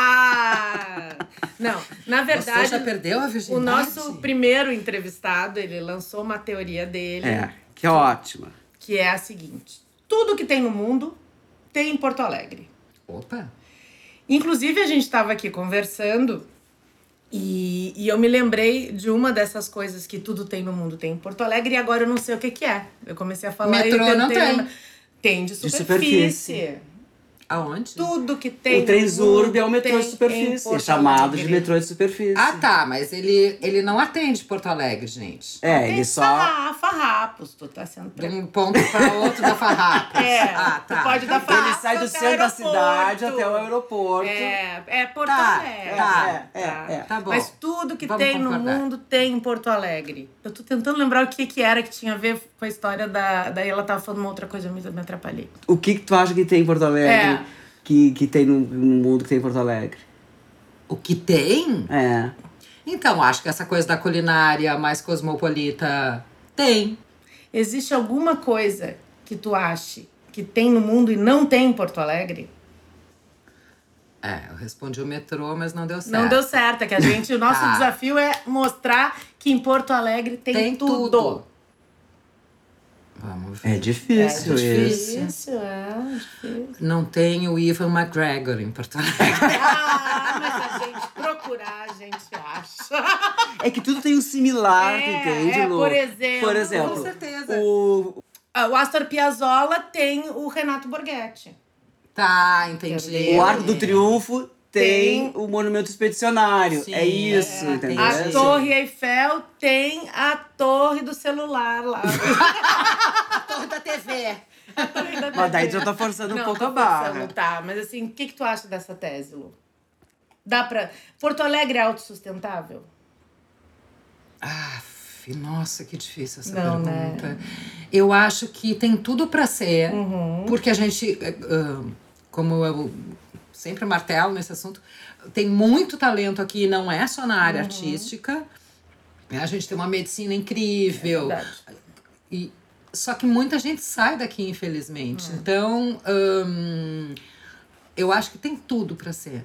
Speaker 2: Ah! Não, na
Speaker 4: Você
Speaker 2: verdade,
Speaker 4: já perdeu a
Speaker 2: o
Speaker 4: virgindade?
Speaker 2: nosso primeiro entrevistado, ele lançou uma teoria dele,
Speaker 1: É, que é ótima.
Speaker 2: que é a seguinte: tudo que tem no mundo tem em Porto Alegre.
Speaker 4: Opa!
Speaker 2: Inclusive, a gente estava aqui conversando e, e eu me lembrei de uma dessas coisas que tudo tem no mundo tem em Porto Alegre e agora eu não sei o que, que é. Eu comecei a falar
Speaker 4: Metrô
Speaker 2: e tentei
Speaker 4: não tem.
Speaker 2: lembrar. Tem de superfície.
Speaker 1: superfície.
Speaker 4: Aonde?
Speaker 2: Tudo que tem
Speaker 1: O Transurb
Speaker 2: no
Speaker 1: é o
Speaker 2: mundo
Speaker 1: metrô
Speaker 2: tem
Speaker 1: de
Speaker 2: em
Speaker 1: superfície,
Speaker 2: Porto
Speaker 1: chamado de
Speaker 2: Alegre.
Speaker 1: metrô de superfície.
Speaker 4: Ah, tá, mas ele, ele não atende Porto Alegre, gente.
Speaker 1: É,
Speaker 2: Tem
Speaker 1: ele só...
Speaker 2: farra- farrapos, tu tá sendo...
Speaker 4: De um ponto para outro da Farrapos.
Speaker 2: É,
Speaker 4: Ah,
Speaker 2: tu
Speaker 4: tá.
Speaker 2: pode dar
Speaker 1: Ele
Speaker 2: farrapos
Speaker 1: sai do
Speaker 2: até o
Speaker 1: centro da
Speaker 2: aeroporto.
Speaker 1: cidade até o aeroporto.
Speaker 2: É, é Porto
Speaker 4: Tá,
Speaker 2: Alegre.
Speaker 4: tá,
Speaker 1: é, é, é.
Speaker 4: Tá bom.
Speaker 2: Mas tudo que
Speaker 4: Vamos
Speaker 2: tem no
Speaker 4: concordar.
Speaker 2: mundo tem em Porto Alegre. Eu tô tentando lembrar o que que era que tinha a ver com a história da... Daí ela tava falando uma outra coisa, eu me, me atrapalhei.
Speaker 1: O que, que tu acha que tem em Porto Alegre?
Speaker 2: É.
Speaker 1: Que, que tem no, no mundo que tem em Porto Alegre?
Speaker 4: O que tem?
Speaker 1: É.
Speaker 4: Então, acho que essa coisa da culinária mais cosmopolita tem.
Speaker 2: Existe alguma coisa que tu ache que tem no mundo e não tem em Porto Alegre?
Speaker 4: É, eu respondi o metrô, mas não deu certo.
Speaker 2: Não deu certo, é que a gente, o nosso
Speaker 4: Tá.
Speaker 2: desafio é mostrar que em Porto Alegre tem,
Speaker 4: Tem
Speaker 2: tudo.
Speaker 4: tudo. Vamos ver.
Speaker 1: É difícil,
Speaker 2: é
Speaker 1: isso.
Speaker 2: difícil, é difícil.
Speaker 4: Não tem o Ivan McGregor em Porto Alegre.
Speaker 2: Ah, mas a gente procurar, a gente acha.
Speaker 1: É que tudo tem um similar,
Speaker 2: É,
Speaker 1: tu entende,
Speaker 2: é,
Speaker 1: Lu?
Speaker 2: por exemplo.
Speaker 1: Por exemplo,
Speaker 4: Com certeza.
Speaker 1: O,
Speaker 2: Ah, o Astor Piazzolla tem o Renato Borghetti.
Speaker 4: Tá, entendi.
Speaker 2: Entendeu?
Speaker 1: o Arco do Triunfo tem,
Speaker 2: Tem-
Speaker 1: o Monumento Expedicionário.
Speaker 4: Sim,
Speaker 1: é isso,
Speaker 4: é,
Speaker 1: entendeu?
Speaker 2: A
Speaker 4: Entendi.
Speaker 2: Torre Eiffel tem a torre do celular lá.
Speaker 4: A torre da T V.
Speaker 2: A torre da
Speaker 1: Mas daí
Speaker 2: T V.
Speaker 1: já tá forçando um
Speaker 2: Não,
Speaker 1: pouco
Speaker 2: tô
Speaker 1: a barra.
Speaker 2: forçando, Tá, mas assim, o que, que tu acha dessa tese, Lu? Dá pra... Porto Alegre é autossustentável?
Speaker 4: Ah, nossa, que difícil essa
Speaker 2: Não,
Speaker 4: pergunta.
Speaker 2: né?
Speaker 4: Eu acho que tem tudo para ser,
Speaker 2: Uhum.
Speaker 4: porque a gente, eh, ah, como eu sempre martelo nesse assunto, tem muito talento aqui, não é só na área
Speaker 2: Uhum.
Speaker 4: artística. A gente tem uma medicina incrível.
Speaker 2: Verdade.
Speaker 4: E, só que muita gente sai daqui, infelizmente.
Speaker 2: Hum.
Speaker 4: Então, hum, eu acho que tem tudo para ser.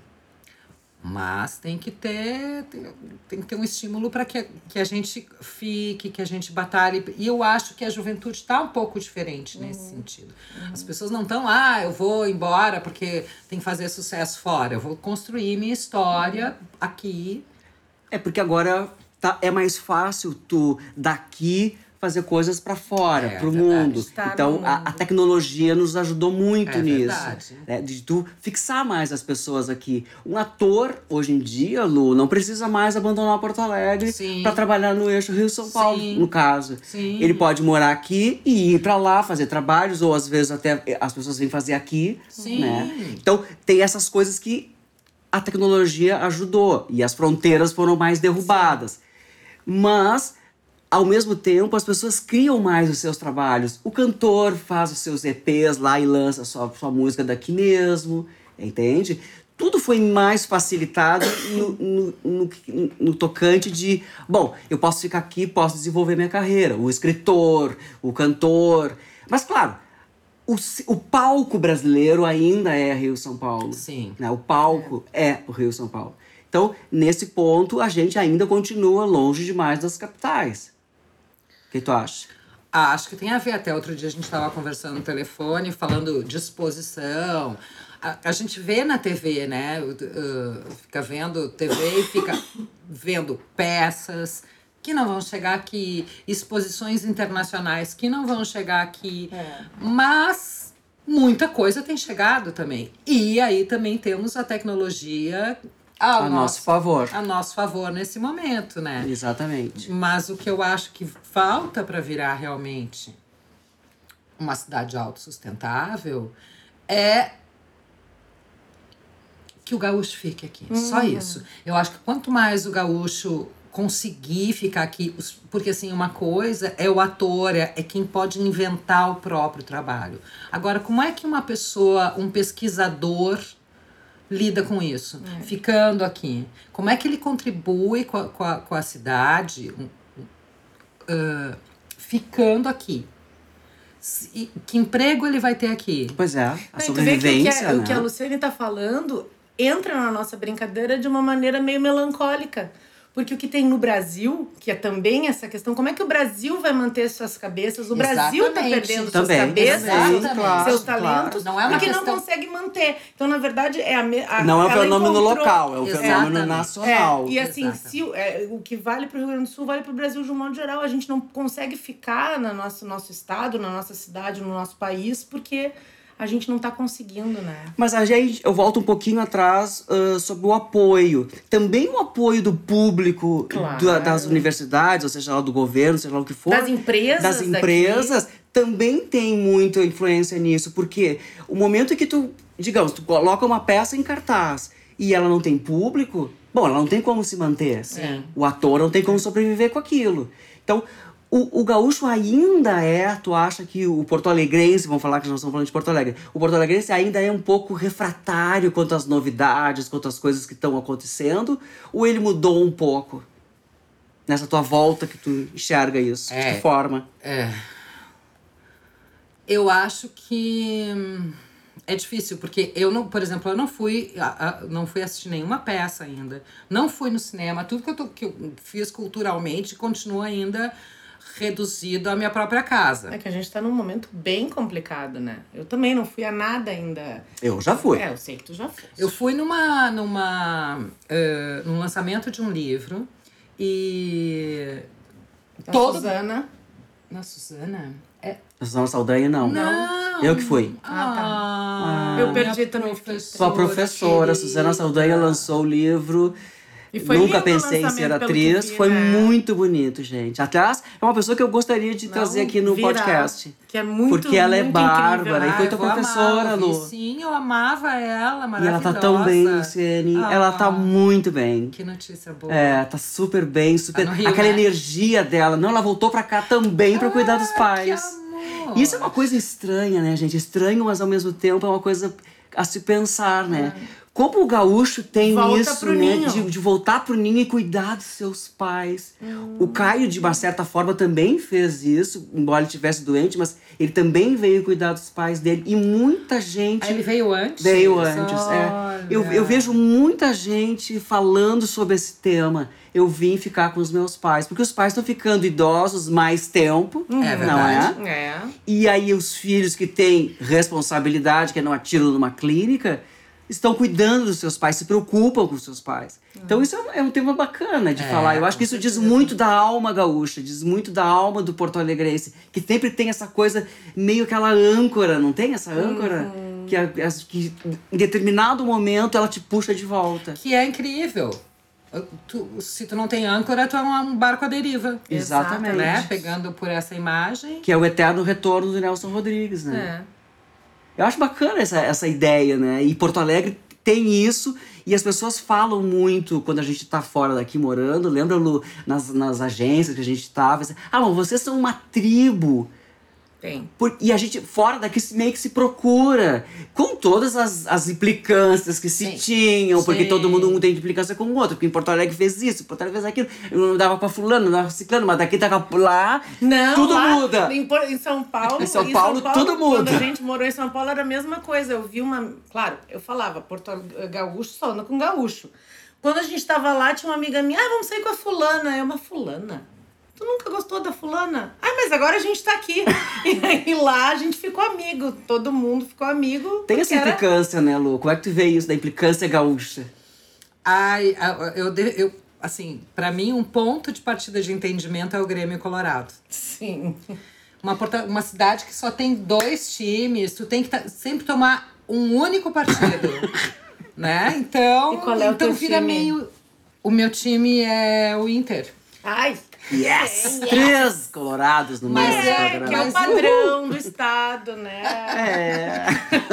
Speaker 4: Mas tem que ter, tem, tem que ter um estímulo para que, que a gente fique, que a gente batalhe. E eu acho que a juventude está um pouco diferente nesse sentido. As pessoas não estão, ah, eu vou embora porque tem que fazer sucesso fora. Eu vou construir minha história aqui.
Speaker 1: É porque agora tá, é mais fácil tu daqui fazer coisas pra fora,
Speaker 4: É,
Speaker 1: pro
Speaker 4: verdade.
Speaker 1: mundo.
Speaker 2: Estar
Speaker 1: Então
Speaker 2: no
Speaker 1: a,
Speaker 2: mundo.
Speaker 1: a tecnologia nos ajudou muito
Speaker 4: É
Speaker 1: nisso.
Speaker 4: verdade.
Speaker 1: Né? De tu fixar mais as pessoas aqui. Um ator, hoje em dia, Lu, não precisa mais abandonar Porto Alegre
Speaker 4: Sim.
Speaker 1: pra trabalhar no eixo Rio-São Paulo,
Speaker 4: Sim.
Speaker 1: no caso.
Speaker 4: Sim.
Speaker 1: Ele pode morar aqui e ir pra lá fazer trabalhos, ou às vezes até as pessoas vêm fazer aqui.
Speaker 4: Sim.
Speaker 1: Né? Então tem essas coisas que a tecnologia ajudou e as fronteiras foram mais derrubadas. Mas, ao mesmo tempo, as pessoas criam mais os seus trabalhos. O cantor faz os seus E Pês lá e lança sua, sua música daqui mesmo, entende? Tudo foi mais facilitado no, no, no, no tocante de... Bom, eu posso ficar aqui, posso desenvolver minha carreira. O escritor, o cantor... Mas, claro, o, o palco brasileiro ainda é Rio-São Paulo.
Speaker 4: Sim.
Speaker 1: Né? O palco é o Rio-São Paulo. Então, nesse ponto, a gente ainda continua longe demais das capitais. O que tu acha?
Speaker 4: Ah, acho que tem a ver. Até outro dia a gente estava conversando no telefone, falando de exposição. A, a gente vê na T V, né? Uh, fica vendo T V e fica vendo peças que não vão chegar aqui, exposições internacionais que não vão chegar aqui.
Speaker 2: É.
Speaker 4: Mas muita coisa tem chegado também. E aí também temos a tecnologia ao
Speaker 1: a
Speaker 4: nosso,
Speaker 1: nosso favor.
Speaker 4: a nosso favor nesse momento, né?
Speaker 1: Exatamente.
Speaker 4: Mas o que eu acho que falta para virar realmente uma cidade autossustentável é que o gaúcho fique aqui. Hum. Só isso. Eu acho que quanto mais o gaúcho conseguir ficar aqui, porque assim, uma coisa é o ator, é, é quem pode inventar o próprio trabalho. Agora, como é que uma pessoa, um pesquisador lida com isso? É. Ficando aqui. Como é que ele contribui com a, com a, com a cidade uh, ficando aqui? E que emprego ele vai ter aqui?
Speaker 1: Pois é, a
Speaker 2: Não,
Speaker 1: sobrevivência,
Speaker 2: tu vê que o, que a,
Speaker 1: né?
Speaker 2: o que a Luciane tá falando entra na nossa brincadeira de uma maneira meio melancólica. Porque o que tem no Brasil, que é também essa questão, como é que o Brasil vai manter suas cabeças? O Brasil está perdendo
Speaker 1: também,
Speaker 2: suas cabeças,
Speaker 1: também, claro,
Speaker 2: seus talentos,
Speaker 4: claro. Não é uma
Speaker 2: porque
Speaker 4: questão...
Speaker 2: não consegue manter. Então, na verdade, é a, a
Speaker 1: Não é um fenômeno
Speaker 2: encontrou...
Speaker 1: local, é um
Speaker 4: Exatamente.
Speaker 1: fenômeno nacional.
Speaker 2: É, e assim, se, é, o que vale para o Rio Grande do Sul vale para o Brasil de um modo geral. A gente não consegue ficar no nosso, nosso estado, na nossa cidade, no nosso país, porque a gente não está conseguindo, né?
Speaker 1: Mas a gente, eu volto um pouquinho atrás uh, sobre o apoio. Também o apoio do público,
Speaker 2: Claro.
Speaker 1: do, das universidades, ou seja lá do governo, seja lá o que for.
Speaker 2: Das empresas
Speaker 1: Das empresas,
Speaker 2: daqui.
Speaker 1: Também tem muita influência nisso. Porque o momento que tu, digamos, tu coloca uma peça em cartaz e ela não tem público, bom, ela não tem como se manter.
Speaker 2: Sim.
Speaker 1: O ator não tem como sobreviver com aquilo. Então, O, o gaúcho ainda é, tu acha que o porto-alegrense, vamos falar que nós estamos falando de Porto Alegre, o porto-alegrense ainda é um pouco refratário quanto às novidades, quanto às coisas que estão acontecendo, ou ele mudou um pouco? Nessa tua volta que tu enxerga isso,
Speaker 4: É,
Speaker 1: de que forma?
Speaker 4: É. Eu acho que é difícil, porque eu não, por exemplo, eu não fui, não fui assistir nenhuma peça ainda, não fui no cinema, tudo que eu, tô, que eu fiz culturalmente continua ainda reduzido à minha própria casa.
Speaker 2: É que a gente tá num momento bem complicado, né? Eu também não fui a nada ainda.
Speaker 1: Eu já fui.
Speaker 2: É, eu sei que tu já foi.
Speaker 4: Eu fui numa, numa, uh, num lançamento de um livro e...
Speaker 2: A
Speaker 4: todo...
Speaker 2: Suzana.
Speaker 4: Na Suzana? É...
Speaker 1: A Suzana Saldanha, não.
Speaker 4: Não.
Speaker 1: Eu que fui.
Speaker 2: Ah, tá.
Speaker 1: Ah,
Speaker 2: eu perdi
Speaker 4: minha
Speaker 2: também.
Speaker 1: Sua professora,
Speaker 4: querida.
Speaker 1: Suzana Saldanha, lançou o livro...
Speaker 2: E foi
Speaker 1: Nunca
Speaker 2: lindo
Speaker 1: pensei
Speaker 2: o
Speaker 1: em ser
Speaker 2: lançamento, pelo
Speaker 1: atriz,
Speaker 2: que vi,
Speaker 1: foi
Speaker 2: né?
Speaker 1: muito bonito, gente. Aliás, é uma pessoa que eu gostaria de
Speaker 2: Não,
Speaker 1: trazer aqui no
Speaker 2: virar,
Speaker 1: podcast.
Speaker 2: Que é muito,
Speaker 1: Porque ela é
Speaker 2: muito
Speaker 1: bárbara.
Speaker 2: incrível.
Speaker 1: E foi tua
Speaker 4: eu vou
Speaker 1: professora,
Speaker 4: amar,
Speaker 1: Lu.
Speaker 4: Sim, eu amava ela,
Speaker 1: E
Speaker 4: maravilhosa.
Speaker 1: ela tá tão bem, Luciane.
Speaker 4: Ah,
Speaker 1: Ela tá muito bem.
Speaker 4: Que notícia boa.
Speaker 1: É, tá super bem, super.
Speaker 4: Tá no Rio,
Speaker 1: Aquela
Speaker 4: né?
Speaker 1: energia dela. Não, ela voltou pra cá também pra cuidar dos
Speaker 4: Ah,
Speaker 1: pais.
Speaker 4: que amor.
Speaker 1: Isso é uma coisa estranha, né, gente? Estranho, mas ao mesmo tempo é uma coisa a se pensar, né? Como o gaúcho tem
Speaker 2: Volta
Speaker 1: isso,
Speaker 2: pro
Speaker 1: né?
Speaker 2: ninho.
Speaker 1: De, de voltar pro ninho e cuidar dos seus pais. Hum. O Caio, de uma certa forma, também fez isso, embora ele estivesse doente, mas ele também veio cuidar dos pais dele. E muita gente.
Speaker 4: Ah, ele veio antes?
Speaker 1: Veio antes,
Speaker 4: Olha.
Speaker 1: é. Eu, eu vejo muita gente falando sobre esse tema. Eu vim ficar com os meus pais, porque os pais estão ficando idosos mais tempo,
Speaker 4: É
Speaker 1: não
Speaker 4: verdade.
Speaker 1: é?
Speaker 2: É.
Speaker 1: E aí os filhos que têm responsabilidade, que não atiram numa clínica, estão cuidando dos seus pais, se preocupam com os seus pais. Uhum. Então isso é um, é um tema bacana de
Speaker 4: é,
Speaker 1: falar. Eu acho que isso
Speaker 2: certeza.
Speaker 1: diz muito da alma gaúcha, diz muito da alma do porto-alegrense, que sempre tem essa coisa, meio aquela âncora, não tem essa âncora? Uhum. Que, que em determinado momento ela te puxa de volta.
Speaker 4: Que é incrível. Tu, se tu não tem âncora, tu é um barco à deriva.
Speaker 1: Exatamente.
Speaker 4: Né? Pegando por essa imagem.
Speaker 1: Que é o eterno retorno do Nelson Rodrigues, né?
Speaker 2: É.
Speaker 1: Eu acho bacana essa, essa ideia, né? E Porto Alegre tem isso, e as pessoas falam muito quando a gente tá fora daqui morando. Lembra, Lu, nas, nas agências que a gente tava? Assim, ah, mas vocês são uma tribo.
Speaker 2: Tem.
Speaker 1: Por, e a gente, fora daqui, meio que se procura. Com todas as, as implicâncias que se
Speaker 4: Sim.
Speaker 1: tinham. Porque
Speaker 4: Sim.
Speaker 1: todo mundo um tem implicância com o outro. Porque em Porto Alegre fez isso, em Porto Alegre fez aquilo. Eu não dava pra fulano, não dava pra ciclano. Mas daqui tá lá,
Speaker 2: Não,
Speaker 1: tudo
Speaker 2: lá,
Speaker 1: muda.
Speaker 2: Em, Por- em São Paulo,
Speaker 1: Em São Paulo, tudo muda.
Speaker 2: Quando a gente morou em São Paulo era a mesma coisa. Eu vi uma... Claro, eu falava Porto Gaúcho, só anda com gaúcho. Quando a gente tava lá, tinha uma amiga minha. Ah, vamos sair com a fulana. É uma fulana. Tu nunca gostou da fulana? Ah, mas agora a gente tá aqui. E aí lá a gente ficou amigo. Todo mundo ficou amigo.
Speaker 1: Tem essa
Speaker 2: era...
Speaker 1: implicância, né, Lu? Como é que tu vê isso da implicância gaúcha?
Speaker 4: Ai, eu, eu, assim, pra mim, um ponto de partida de entendimento é o Grêmio Colorado.
Speaker 2: Sim.
Speaker 4: Uma, porta, uma cidade que só tem dois times, tu tem que tá, sempre tomar um único partido. né? Então,
Speaker 2: E qual é o
Speaker 4: então
Speaker 2: teu
Speaker 4: vira
Speaker 2: time?
Speaker 4: meio... O meu time é o Inter.
Speaker 2: Ai,
Speaker 1: Yes! Três colorados no
Speaker 4: Mas
Speaker 1: mesmo
Speaker 4: é,
Speaker 1: programa.
Speaker 2: que é o
Speaker 4: Mas-
Speaker 2: padrão do estado, né?
Speaker 1: É.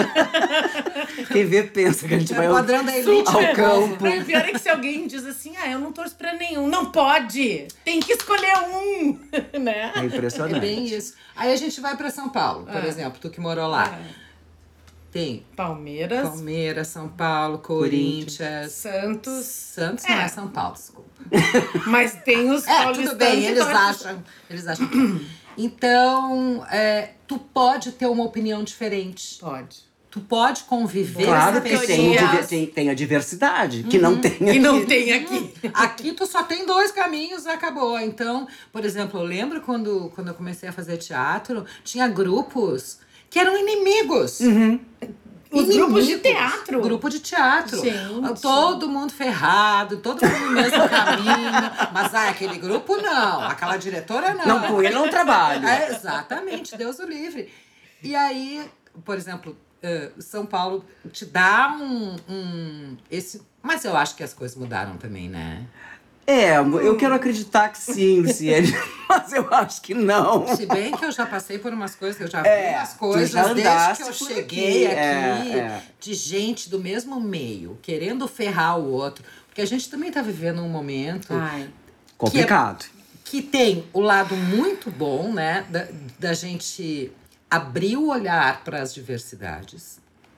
Speaker 1: Quem vê pensa que a gente
Speaker 4: É
Speaker 1: vai
Speaker 4: o padrão da elite
Speaker 1: ao
Speaker 4: do
Speaker 1: campo.
Speaker 4: povo.
Speaker 2: O pior é que se alguém diz assim, ah, eu não torço pra nenhum. Não pode! Tem que escolher um, né?
Speaker 1: É impressionante.
Speaker 4: É bem isso. Aí a gente vai pra São Paulo, por
Speaker 2: Ah.
Speaker 4: exemplo, tu que morou lá.
Speaker 2: Ah,
Speaker 4: Tem
Speaker 2: Palmeiras,
Speaker 4: Palmeiras, São Paulo, Corinthians.
Speaker 2: Santos,
Speaker 4: Santos não
Speaker 2: É.
Speaker 4: é São Paulo, desculpa.
Speaker 2: mas tem os
Speaker 4: É,
Speaker 2: paulistanos.
Speaker 4: tudo bem,
Speaker 2: que
Speaker 4: eles
Speaker 2: torcem-
Speaker 4: acham. Eles acham. que é. Então, é, tu pode ter uma opinião diferente.
Speaker 2: Pode.
Speaker 4: Tu pode conviver
Speaker 1: Claro
Speaker 4: com
Speaker 1: que tem,
Speaker 2: teorias.
Speaker 1: diver- tem, tem a diversidade, que não tem aqui.
Speaker 2: E não tem aqui.
Speaker 4: Aqui tu só tem dois caminhos, acabou. Então, por exemplo, eu lembro quando, quando eu comecei a fazer teatro, tinha grupos que eram inimigos.
Speaker 2: Os grupos de teatro.
Speaker 4: Grupo de teatro.
Speaker 2: Gente.
Speaker 4: Todo mundo ferrado, todo mundo no mesmo caminho. Mas ah, aquele grupo não, aquela diretora não.
Speaker 1: Não, com ele eu não trabalho.
Speaker 4: É, exatamente, Deus o livre. E aí, por exemplo, eh, São Paulo te dá um, um esse, mas eu acho que as coisas mudaram também, né?
Speaker 1: É, eu quero acreditar que sim, Luciene, mas eu acho que não.
Speaker 4: Se bem que eu já passei por umas coisas, eu já
Speaker 1: É,
Speaker 4: vi umas
Speaker 1: tu
Speaker 4: coisas
Speaker 1: já
Speaker 4: desde
Speaker 1: andaste
Speaker 4: que eu
Speaker 1: por
Speaker 4: cheguei
Speaker 1: aqui,
Speaker 4: aqui,
Speaker 1: é, é.
Speaker 4: de gente do mesmo meio, querendo ferrar o outro. Porque a gente também tá vivendo um momento
Speaker 2: Ai.
Speaker 1: Complicado.
Speaker 4: que tem o lado muito bom, né, da, da gente abrir o olhar para as diversidades.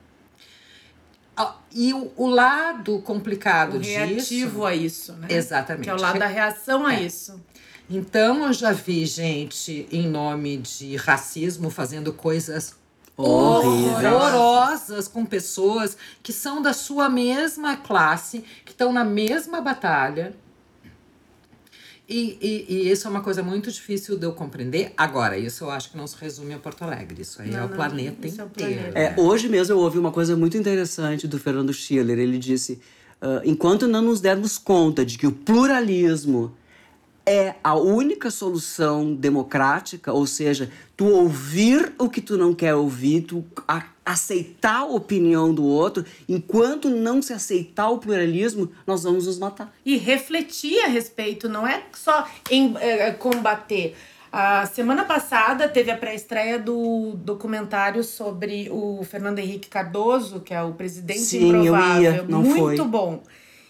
Speaker 4: Ah, E o, o lado complicado
Speaker 2: O
Speaker 4: disso...
Speaker 2: reativo a isso, né?
Speaker 4: Exatamente.
Speaker 2: Que é o lado da reação a
Speaker 4: É.
Speaker 2: isso.
Speaker 4: Então, eu já vi gente, em nome de racismo, fazendo coisas
Speaker 1: Horrível.
Speaker 4: horrorosas com pessoas que são da sua mesma classe, que estão na mesma batalha. E, e, e isso é uma coisa muito difícil de eu compreender. Agora, isso eu acho que não se resume a Porto Alegre. Isso aí
Speaker 2: Não,
Speaker 4: é o
Speaker 2: não,
Speaker 4: planeta
Speaker 2: isso é o
Speaker 4: inteiro.
Speaker 2: planeta.
Speaker 1: É, hoje mesmo eu ouvi uma coisa muito interessante do Fernando Schiller. Ele disse, ah, enquanto não nos dermos conta de que o pluralismo é a única solução democrática, ou seja, tu ouvir o que tu não quer ouvir, tu a- aceitar a opinião do outro, enquanto não se aceitar o pluralismo, nós vamos nos matar.
Speaker 2: E refletir a respeito, não é só em, eh, combater. A semana passada teve a pré-estreia do documentário sobre o Fernando Henrique Cardoso, que é o presidente
Speaker 1: Sim, eu
Speaker 2: improvável.
Speaker 1: ia, não
Speaker 2: Muito
Speaker 1: foi.
Speaker 2: bom.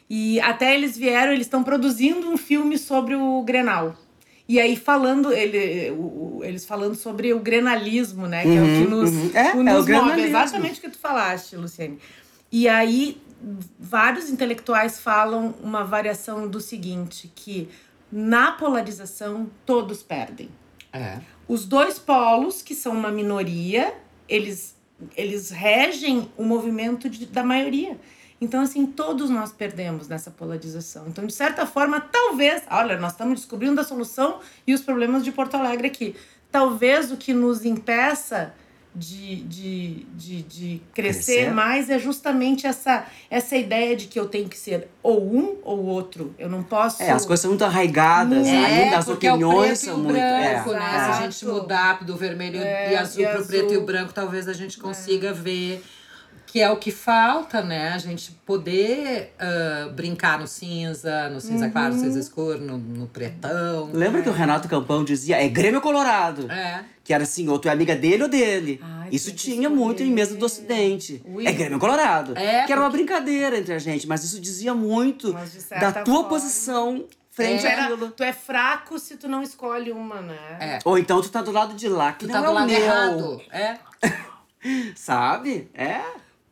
Speaker 2: E até eles vieram, eles estão produzindo um filme sobre o Grenal. E aí falando, ele, o- o- eles falando sobre o grenalismo, né? Que é o que nos,
Speaker 1: uhum. É,
Speaker 2: o
Speaker 1: é
Speaker 2: nos
Speaker 1: o
Speaker 2: move.
Speaker 1: grenalismo.
Speaker 2: Exatamente o que tu falaste, Luciane. E aí, vários intelectuais falam uma variação do seguinte, que na polarização todos perdem.
Speaker 4: É.
Speaker 2: Os dois polos, que são uma minoria, eles, eles regem o movimento de- da maioria. Então, assim, todos nós perdemos nessa polarização. Então, de certa forma, talvez... Olha, nós estamos descobrindo a solução e os problemas de Porto Alegre aqui. Talvez o que nos impeça de, de, de, de crescer,
Speaker 1: Crescer.
Speaker 2: mais é justamente essa, essa ideia de que eu tenho que ser ou um ou outro. Eu não posso...
Speaker 1: É, as coisas são muito arraigadas
Speaker 2: É,
Speaker 1: ainda, as
Speaker 4: porque é o
Speaker 1: opiniões
Speaker 4: preto e
Speaker 1: são
Speaker 4: o
Speaker 1: muito...
Speaker 4: branco,
Speaker 1: é.
Speaker 4: né? Se a
Speaker 2: Exato.
Speaker 4: gente mudar do vermelho
Speaker 2: É,
Speaker 4: e azul
Speaker 2: e
Speaker 4: pro
Speaker 2: azul.
Speaker 4: preto e o branco, talvez a gente consiga ver que é o que falta, né? A gente poder ah, brincar no cinza, no cinza
Speaker 2: Uhum.
Speaker 4: claro, no cinza escuro, no, no pretão.
Speaker 1: Lembra que o Renato Campão dizia, é Grêmio ou Colorado?
Speaker 4: É.
Speaker 1: Que era assim, ou tu é amiga dele ou dele.
Speaker 2: Ai,
Speaker 1: Isso
Speaker 2: tem que
Speaker 1: tinha muito em
Speaker 2: escolher.
Speaker 1: mesa do Ocidente.
Speaker 2: Ui.
Speaker 1: É Grêmio ou Colorado.
Speaker 4: É,
Speaker 1: que era uma
Speaker 4: porque-
Speaker 1: brincadeira entre a gente, mas isso dizia muito
Speaker 2: Mas, de certa
Speaker 1: da tua
Speaker 2: forma,
Speaker 1: posição frente
Speaker 2: Tu, era-
Speaker 1: àquilo.
Speaker 2: tu é fraco se tu não escolhe uma, né?
Speaker 4: É.
Speaker 1: Ou então tu tá do lado de lá, que
Speaker 4: Tu
Speaker 1: não
Speaker 4: tá
Speaker 1: é
Speaker 4: do
Speaker 1: o
Speaker 4: lado
Speaker 1: meu.
Speaker 4: errado. É.
Speaker 1: Sabe? É.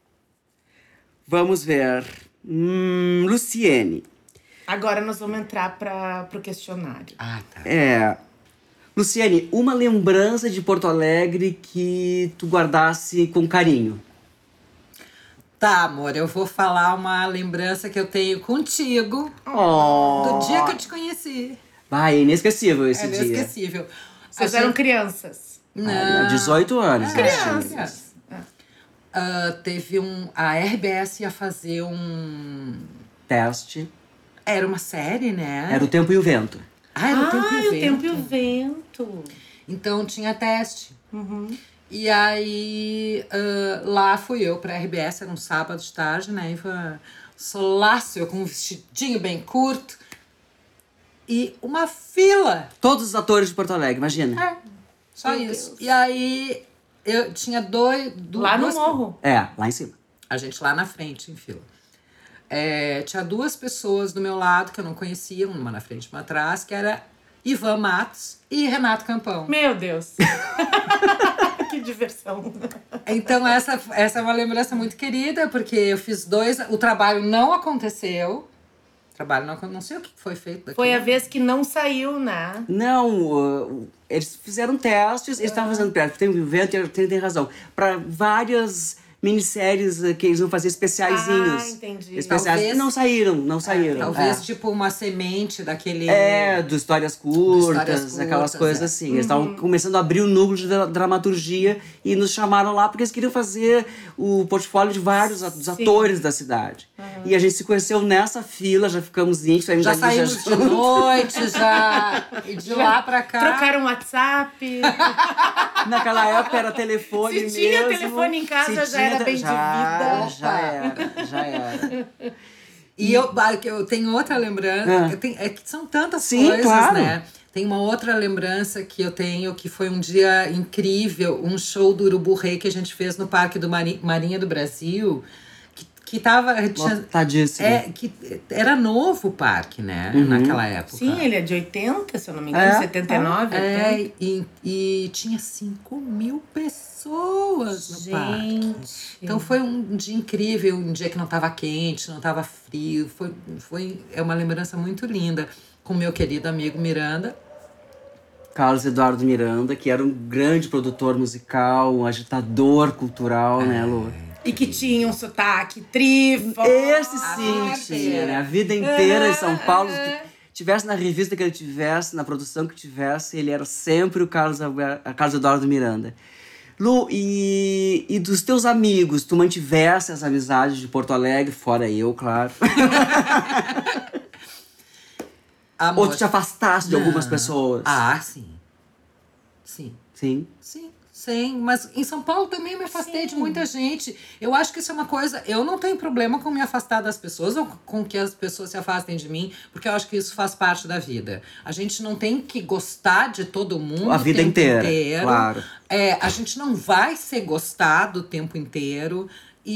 Speaker 1: Vamos ver. Hum, Luciene.
Speaker 2: Agora nós vamos entrar para pro questionário.
Speaker 4: Ah, tá.
Speaker 1: É. Luciene, uma lembrança de Porto Alegre que tu guardasse com carinho.
Speaker 4: Tá, amor, eu vou falar uma lembrança que eu tenho contigo
Speaker 1: Oh.
Speaker 4: do dia que eu te conheci.
Speaker 1: Vai, é inesquecível esse
Speaker 4: É
Speaker 1: dia.
Speaker 4: inesquecível.
Speaker 2: Vocês
Speaker 4: A
Speaker 2: eram
Speaker 4: gente-
Speaker 2: crianças.
Speaker 4: Não.
Speaker 1: dezoito anos.
Speaker 4: É,
Speaker 1: né?
Speaker 2: Crianças.
Speaker 4: Ah, teve um. A R B S ia fazer um.
Speaker 1: Teste.
Speaker 4: Era uma série, né?
Speaker 1: Era o Tempo e o Vento.
Speaker 4: Ah, era o Tempo e
Speaker 2: Ah,
Speaker 4: o
Speaker 2: o tempo e o
Speaker 4: Vento.
Speaker 2: vento.
Speaker 4: Então tinha teste.
Speaker 2: Uhum.
Speaker 4: E aí, uh, lá fui eu pra R B S, era um sábado de tarde, né, Ivan? Solaço, eu com um vestidinho bem curto. E uma fila.
Speaker 1: Todos os atores de Porto Alegre, imagina.
Speaker 4: É, só
Speaker 2: Meu
Speaker 4: isso.
Speaker 2: Deus.
Speaker 4: E aí, eu tinha dois... Du,
Speaker 2: Lá no
Speaker 4: duas,
Speaker 2: morro.
Speaker 1: É, lá em cima.
Speaker 4: A gente lá na frente, em fila. É, tinha duas pessoas do meu lado que eu não conhecia, uma na frente e uma atrás, que era Ivan Matos e Renato Campão.
Speaker 2: Meu Deus. Que diversão.
Speaker 4: Então, essa, essa é uma lembrança muito querida, porque eu fiz dois... O trabalho não aconteceu. O trabalho não aconteceu. Não sei o que foi feito daqui.
Speaker 2: Foi a vez que não saiu, né?
Speaker 1: Não, uh, eles fizeram testes, eles estavam fazendo testes, tem um evento, tem, tem razão, para várias minisséries uh, que eles vão fazer especiaizinhos.
Speaker 2: Ah, entendi.
Speaker 1: Especiais.
Speaker 4: Talvez-
Speaker 1: Não saíram, não saíram.
Speaker 4: Talvez,
Speaker 1: é.
Speaker 4: tipo, uma semente daquele...
Speaker 1: É, do histórias curtas,
Speaker 4: Do histórias curtas,
Speaker 1: aquelas coisas
Speaker 4: é.
Speaker 1: assim. Eles estavam começando a abrir o núcleo de dra- dramaturgia e nos chamaram lá porque eles queriam fazer o portfólio de vários a- dos
Speaker 2: Sim.
Speaker 1: atores da cidade. E a gente se conheceu nessa fila, já ficamos íntimos.
Speaker 4: Já
Speaker 1: ainda
Speaker 4: saímos de noite, já... E de lá pra cá...
Speaker 2: Trocaram WhatsApp.
Speaker 1: Naquela época era telefone
Speaker 2: Se
Speaker 1: mesmo.
Speaker 2: tinha telefone em casa,
Speaker 1: Se
Speaker 2: já
Speaker 1: tinha
Speaker 2: era
Speaker 1: te-
Speaker 2: bem de
Speaker 1: já,
Speaker 2: vida.
Speaker 1: Já era, já era.
Speaker 4: E eu, ah, que eu tenho outra lembrança.
Speaker 1: Ah.
Speaker 4: eu tenho- é que são tantas
Speaker 1: Sim,
Speaker 4: coisas,
Speaker 1: claro.
Speaker 4: né? Tem uma outra lembrança que eu tenho, que foi um dia incrível, um show do Urubu Rei que a gente fez no Parque do Mari- Marinha do Brasil, que, que tava... Tinha,
Speaker 1: Lotadíssimo.
Speaker 4: é, que era novo o parque, né? Naquela época.
Speaker 2: Sim, ele é de oitenta, se eu não me engano,
Speaker 1: É,
Speaker 2: setenta e nove.
Speaker 4: É,
Speaker 2: oitenta.
Speaker 4: e, e tinha cinco mil pessoas no parque.
Speaker 2: Gente.
Speaker 4: Então foi um dia incrível, um dia que não estava quente, não estava frio. Foi, foi, é uma lembrança muito linda com meu querido amigo Miranda.
Speaker 1: Carlos Eduardo Miranda, que era um grande produtor musical, um agitador cultural, né, Lu?
Speaker 2: E que tinha um sotaque trifa.
Speaker 1: Esse sim
Speaker 4: Ah,
Speaker 1: tinha, né? A vida
Speaker 2: É.
Speaker 1: inteira em São Paulo. Que tivesse na revista que ele tivesse, na produção que tivesse, ele era sempre o Carlos, Alber- Carlos Eduardo Miranda. Lu, e, e dos teus amigos, tu mantivesse as amizades de Porto Alegre, fora eu, claro.
Speaker 4: Amor.
Speaker 1: Ou tu te afastaste de algumas pessoas?
Speaker 4: Ah, sim. Sim.
Speaker 1: Sim.
Speaker 4: Sim, sim. Mas em São Paulo também me afastei de muita gente. Eu acho que isso é uma coisa... Eu não tenho problema com me afastar das pessoas ou com que as pessoas se afastem de mim, porque eu acho que isso faz parte da vida. A gente não tem que gostar de todo mundo
Speaker 1: A
Speaker 4: o
Speaker 1: vida
Speaker 4: tempo
Speaker 1: inteira,
Speaker 4: inteiro.
Speaker 1: claro.
Speaker 4: É, a gente não vai ser gostado o tempo inteiro.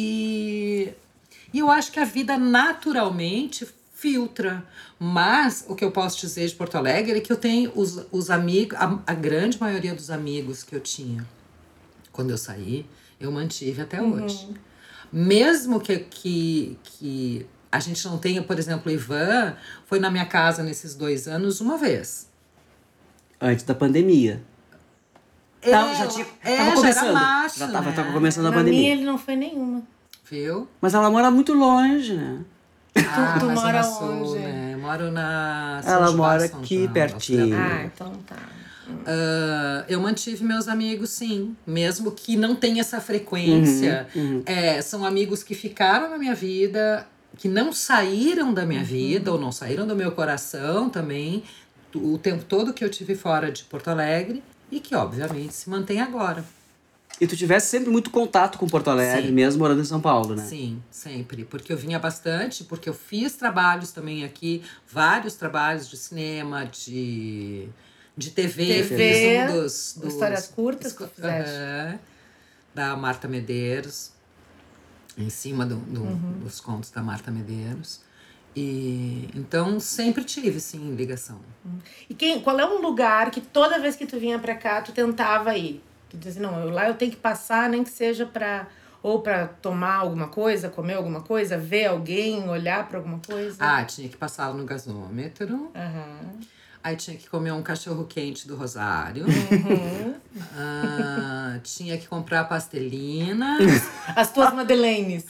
Speaker 4: E, e eu acho que a vida naturalmente filtra. Mas o que eu posso dizer de Porto Alegre é que eu tenho os, os amigos, a, a grande maioria dos amigos que eu tinha quando eu saí, eu mantive até hoje. Mesmo que, que, que a gente não tenha, por exemplo, o Ivan foi na minha casa nesses dois anos uma vez.
Speaker 1: Antes da pandemia. Tava, já tinha,
Speaker 4: é,
Speaker 1: tava
Speaker 4: já
Speaker 1: começando.
Speaker 4: era macho,
Speaker 1: já tava,
Speaker 4: né?
Speaker 1: tava começando a
Speaker 2: Na
Speaker 1: pandemia.
Speaker 2: minha ele não foi nenhuma.
Speaker 4: Viu?
Speaker 1: Mas ela mora muito longe, né?
Speaker 4: Ah,
Speaker 2: tu
Speaker 4: na
Speaker 2: mora
Speaker 4: Zona Sul,
Speaker 2: onde?
Speaker 4: né? Eu moro na... São
Speaker 1: Ela
Speaker 4: João
Speaker 1: mora
Speaker 4: Santana,
Speaker 1: aqui pertinho.
Speaker 4: Austrália.
Speaker 2: Ah, então tá.
Speaker 4: Ah, eu mantive meus amigos, sim. Mesmo que não tenha essa frequência. É, são amigos que ficaram na minha vida, que não saíram da minha vida, ou não saíram do meu coração também, o tempo todo que eu tive fora de Porto Alegre, e que, obviamente, se mantém agora.
Speaker 1: E tu tivesse sempre muito contato com Porto Alegre,
Speaker 4: Sim.
Speaker 1: mesmo morando em São Paulo, né?
Speaker 4: Sim, sempre. Porque eu vinha bastante, porque eu fiz trabalhos também aqui, vários trabalhos de cinema, de, de T V.
Speaker 2: T V,
Speaker 4: fiz um dos, dos
Speaker 2: histórias curtas que tu
Speaker 4: esco-
Speaker 2: fizeste.
Speaker 4: Aham, da Marta Medeiros, em cima do, do- dos contos da Marta Medeiros. E então sempre tive, sim, ligação.
Speaker 2: E quem, qual é um lugar que toda vez que tu vinha pra cá, tu tentava ir? Tu dizia, não, eu, lá eu tenho que passar, nem que seja pra... Ou pra tomar alguma coisa, comer alguma coisa, ver alguém, olhar pra alguma coisa.
Speaker 4: Ah, tinha que passar no gasômetro.
Speaker 2: Aham.
Speaker 4: Aí tinha que comer um cachorro quente do Rosário.
Speaker 2: Uhum.
Speaker 4: Ah, tinha que comprar pastelina.
Speaker 2: As tuas madeleines.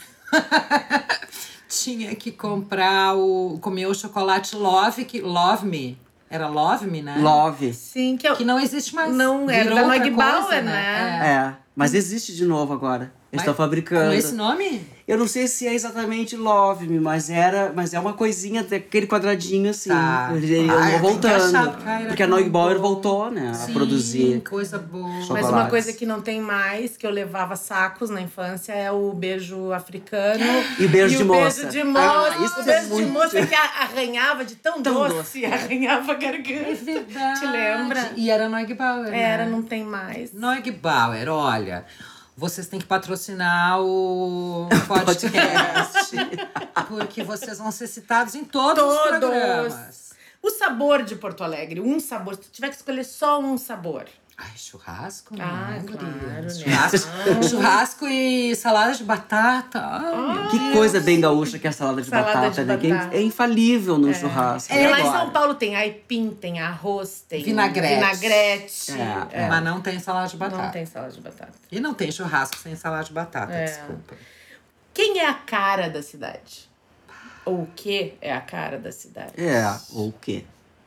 Speaker 4: Tinha que comprar o... Comer o chocolate Love, que, Love Me. Era Love Me, né?
Speaker 1: Love.
Speaker 2: Sim, que eu...
Speaker 4: Que não existe mais.
Speaker 2: Não, era
Speaker 4: Virou
Speaker 2: da
Speaker 4: outra
Speaker 2: Mag
Speaker 4: coisa,
Speaker 2: Bauer, né?
Speaker 4: É.
Speaker 1: É, mas existe de novo agora. Eles estão fabricando.
Speaker 4: Com esse nome?
Speaker 1: Eu não sei se é exatamente Love Me, mas era, mas é uma coisinha daquele quadradinho assim.
Speaker 4: Tá.
Speaker 1: Ele
Speaker 4: Ah, eu
Speaker 1: voltando.
Speaker 4: tenho que achar, cara,
Speaker 1: porque a
Speaker 4: que
Speaker 1: Noig Bauer
Speaker 4: bom.
Speaker 1: voltou, né,
Speaker 4: Sim,
Speaker 1: a produzir.
Speaker 4: coisa boa.
Speaker 2: Mas
Speaker 1: Chocolates.
Speaker 2: uma coisa que não tem mais, que eu levava sacos na infância, é o beijo africano.
Speaker 1: E o beijo
Speaker 2: e
Speaker 1: de
Speaker 2: o
Speaker 1: moça.
Speaker 2: beijo de moça.
Speaker 1: Ah, isso
Speaker 2: o
Speaker 1: é
Speaker 2: beijo
Speaker 1: muito-
Speaker 2: de moça que a- arranhava de tão,
Speaker 1: Tão
Speaker 2: doce,
Speaker 1: doce.
Speaker 2: arranhava a
Speaker 4: É
Speaker 2: garganta.
Speaker 4: verdade.
Speaker 2: Te lembra?
Speaker 4: E era Noig Bauer, né?
Speaker 2: Era, não tem mais.
Speaker 4: Noig Bauer, olha, vocês têm que patrocinar o podcast, porque vocês vão ser citados em todos, os
Speaker 2: Todos.
Speaker 4: programas.
Speaker 2: O sabor de Porto Alegre, um sabor. Se tu tiver que escolher só um sabor.
Speaker 4: Ai, churrasco,
Speaker 2: Ah,
Speaker 4: né,
Speaker 2: claro,
Speaker 4: guria?
Speaker 2: né?
Speaker 4: Churrasco, churrasco e salada de batata. Ai,
Speaker 1: Que coisa bem gaúcha que é a salada de
Speaker 2: Salada
Speaker 1: batata,
Speaker 2: de
Speaker 1: né? Que
Speaker 2: batata.
Speaker 1: é infalível no churrasco.
Speaker 2: E
Speaker 1: E
Speaker 2: lá em
Speaker 1: agora?
Speaker 2: São Paulo tem aipim, tem arroz, tem
Speaker 4: Vinagrete.
Speaker 2: vinagrete.
Speaker 1: É,
Speaker 4: Mas não tem salada de batata.
Speaker 2: Não tem salada de batata.
Speaker 4: E não tem churrasco sem salada de batata,
Speaker 2: É.
Speaker 4: desculpa.
Speaker 2: Quem é a cara da cidade? Ou o que é a cara da cidade?
Speaker 1: É, ou o quê?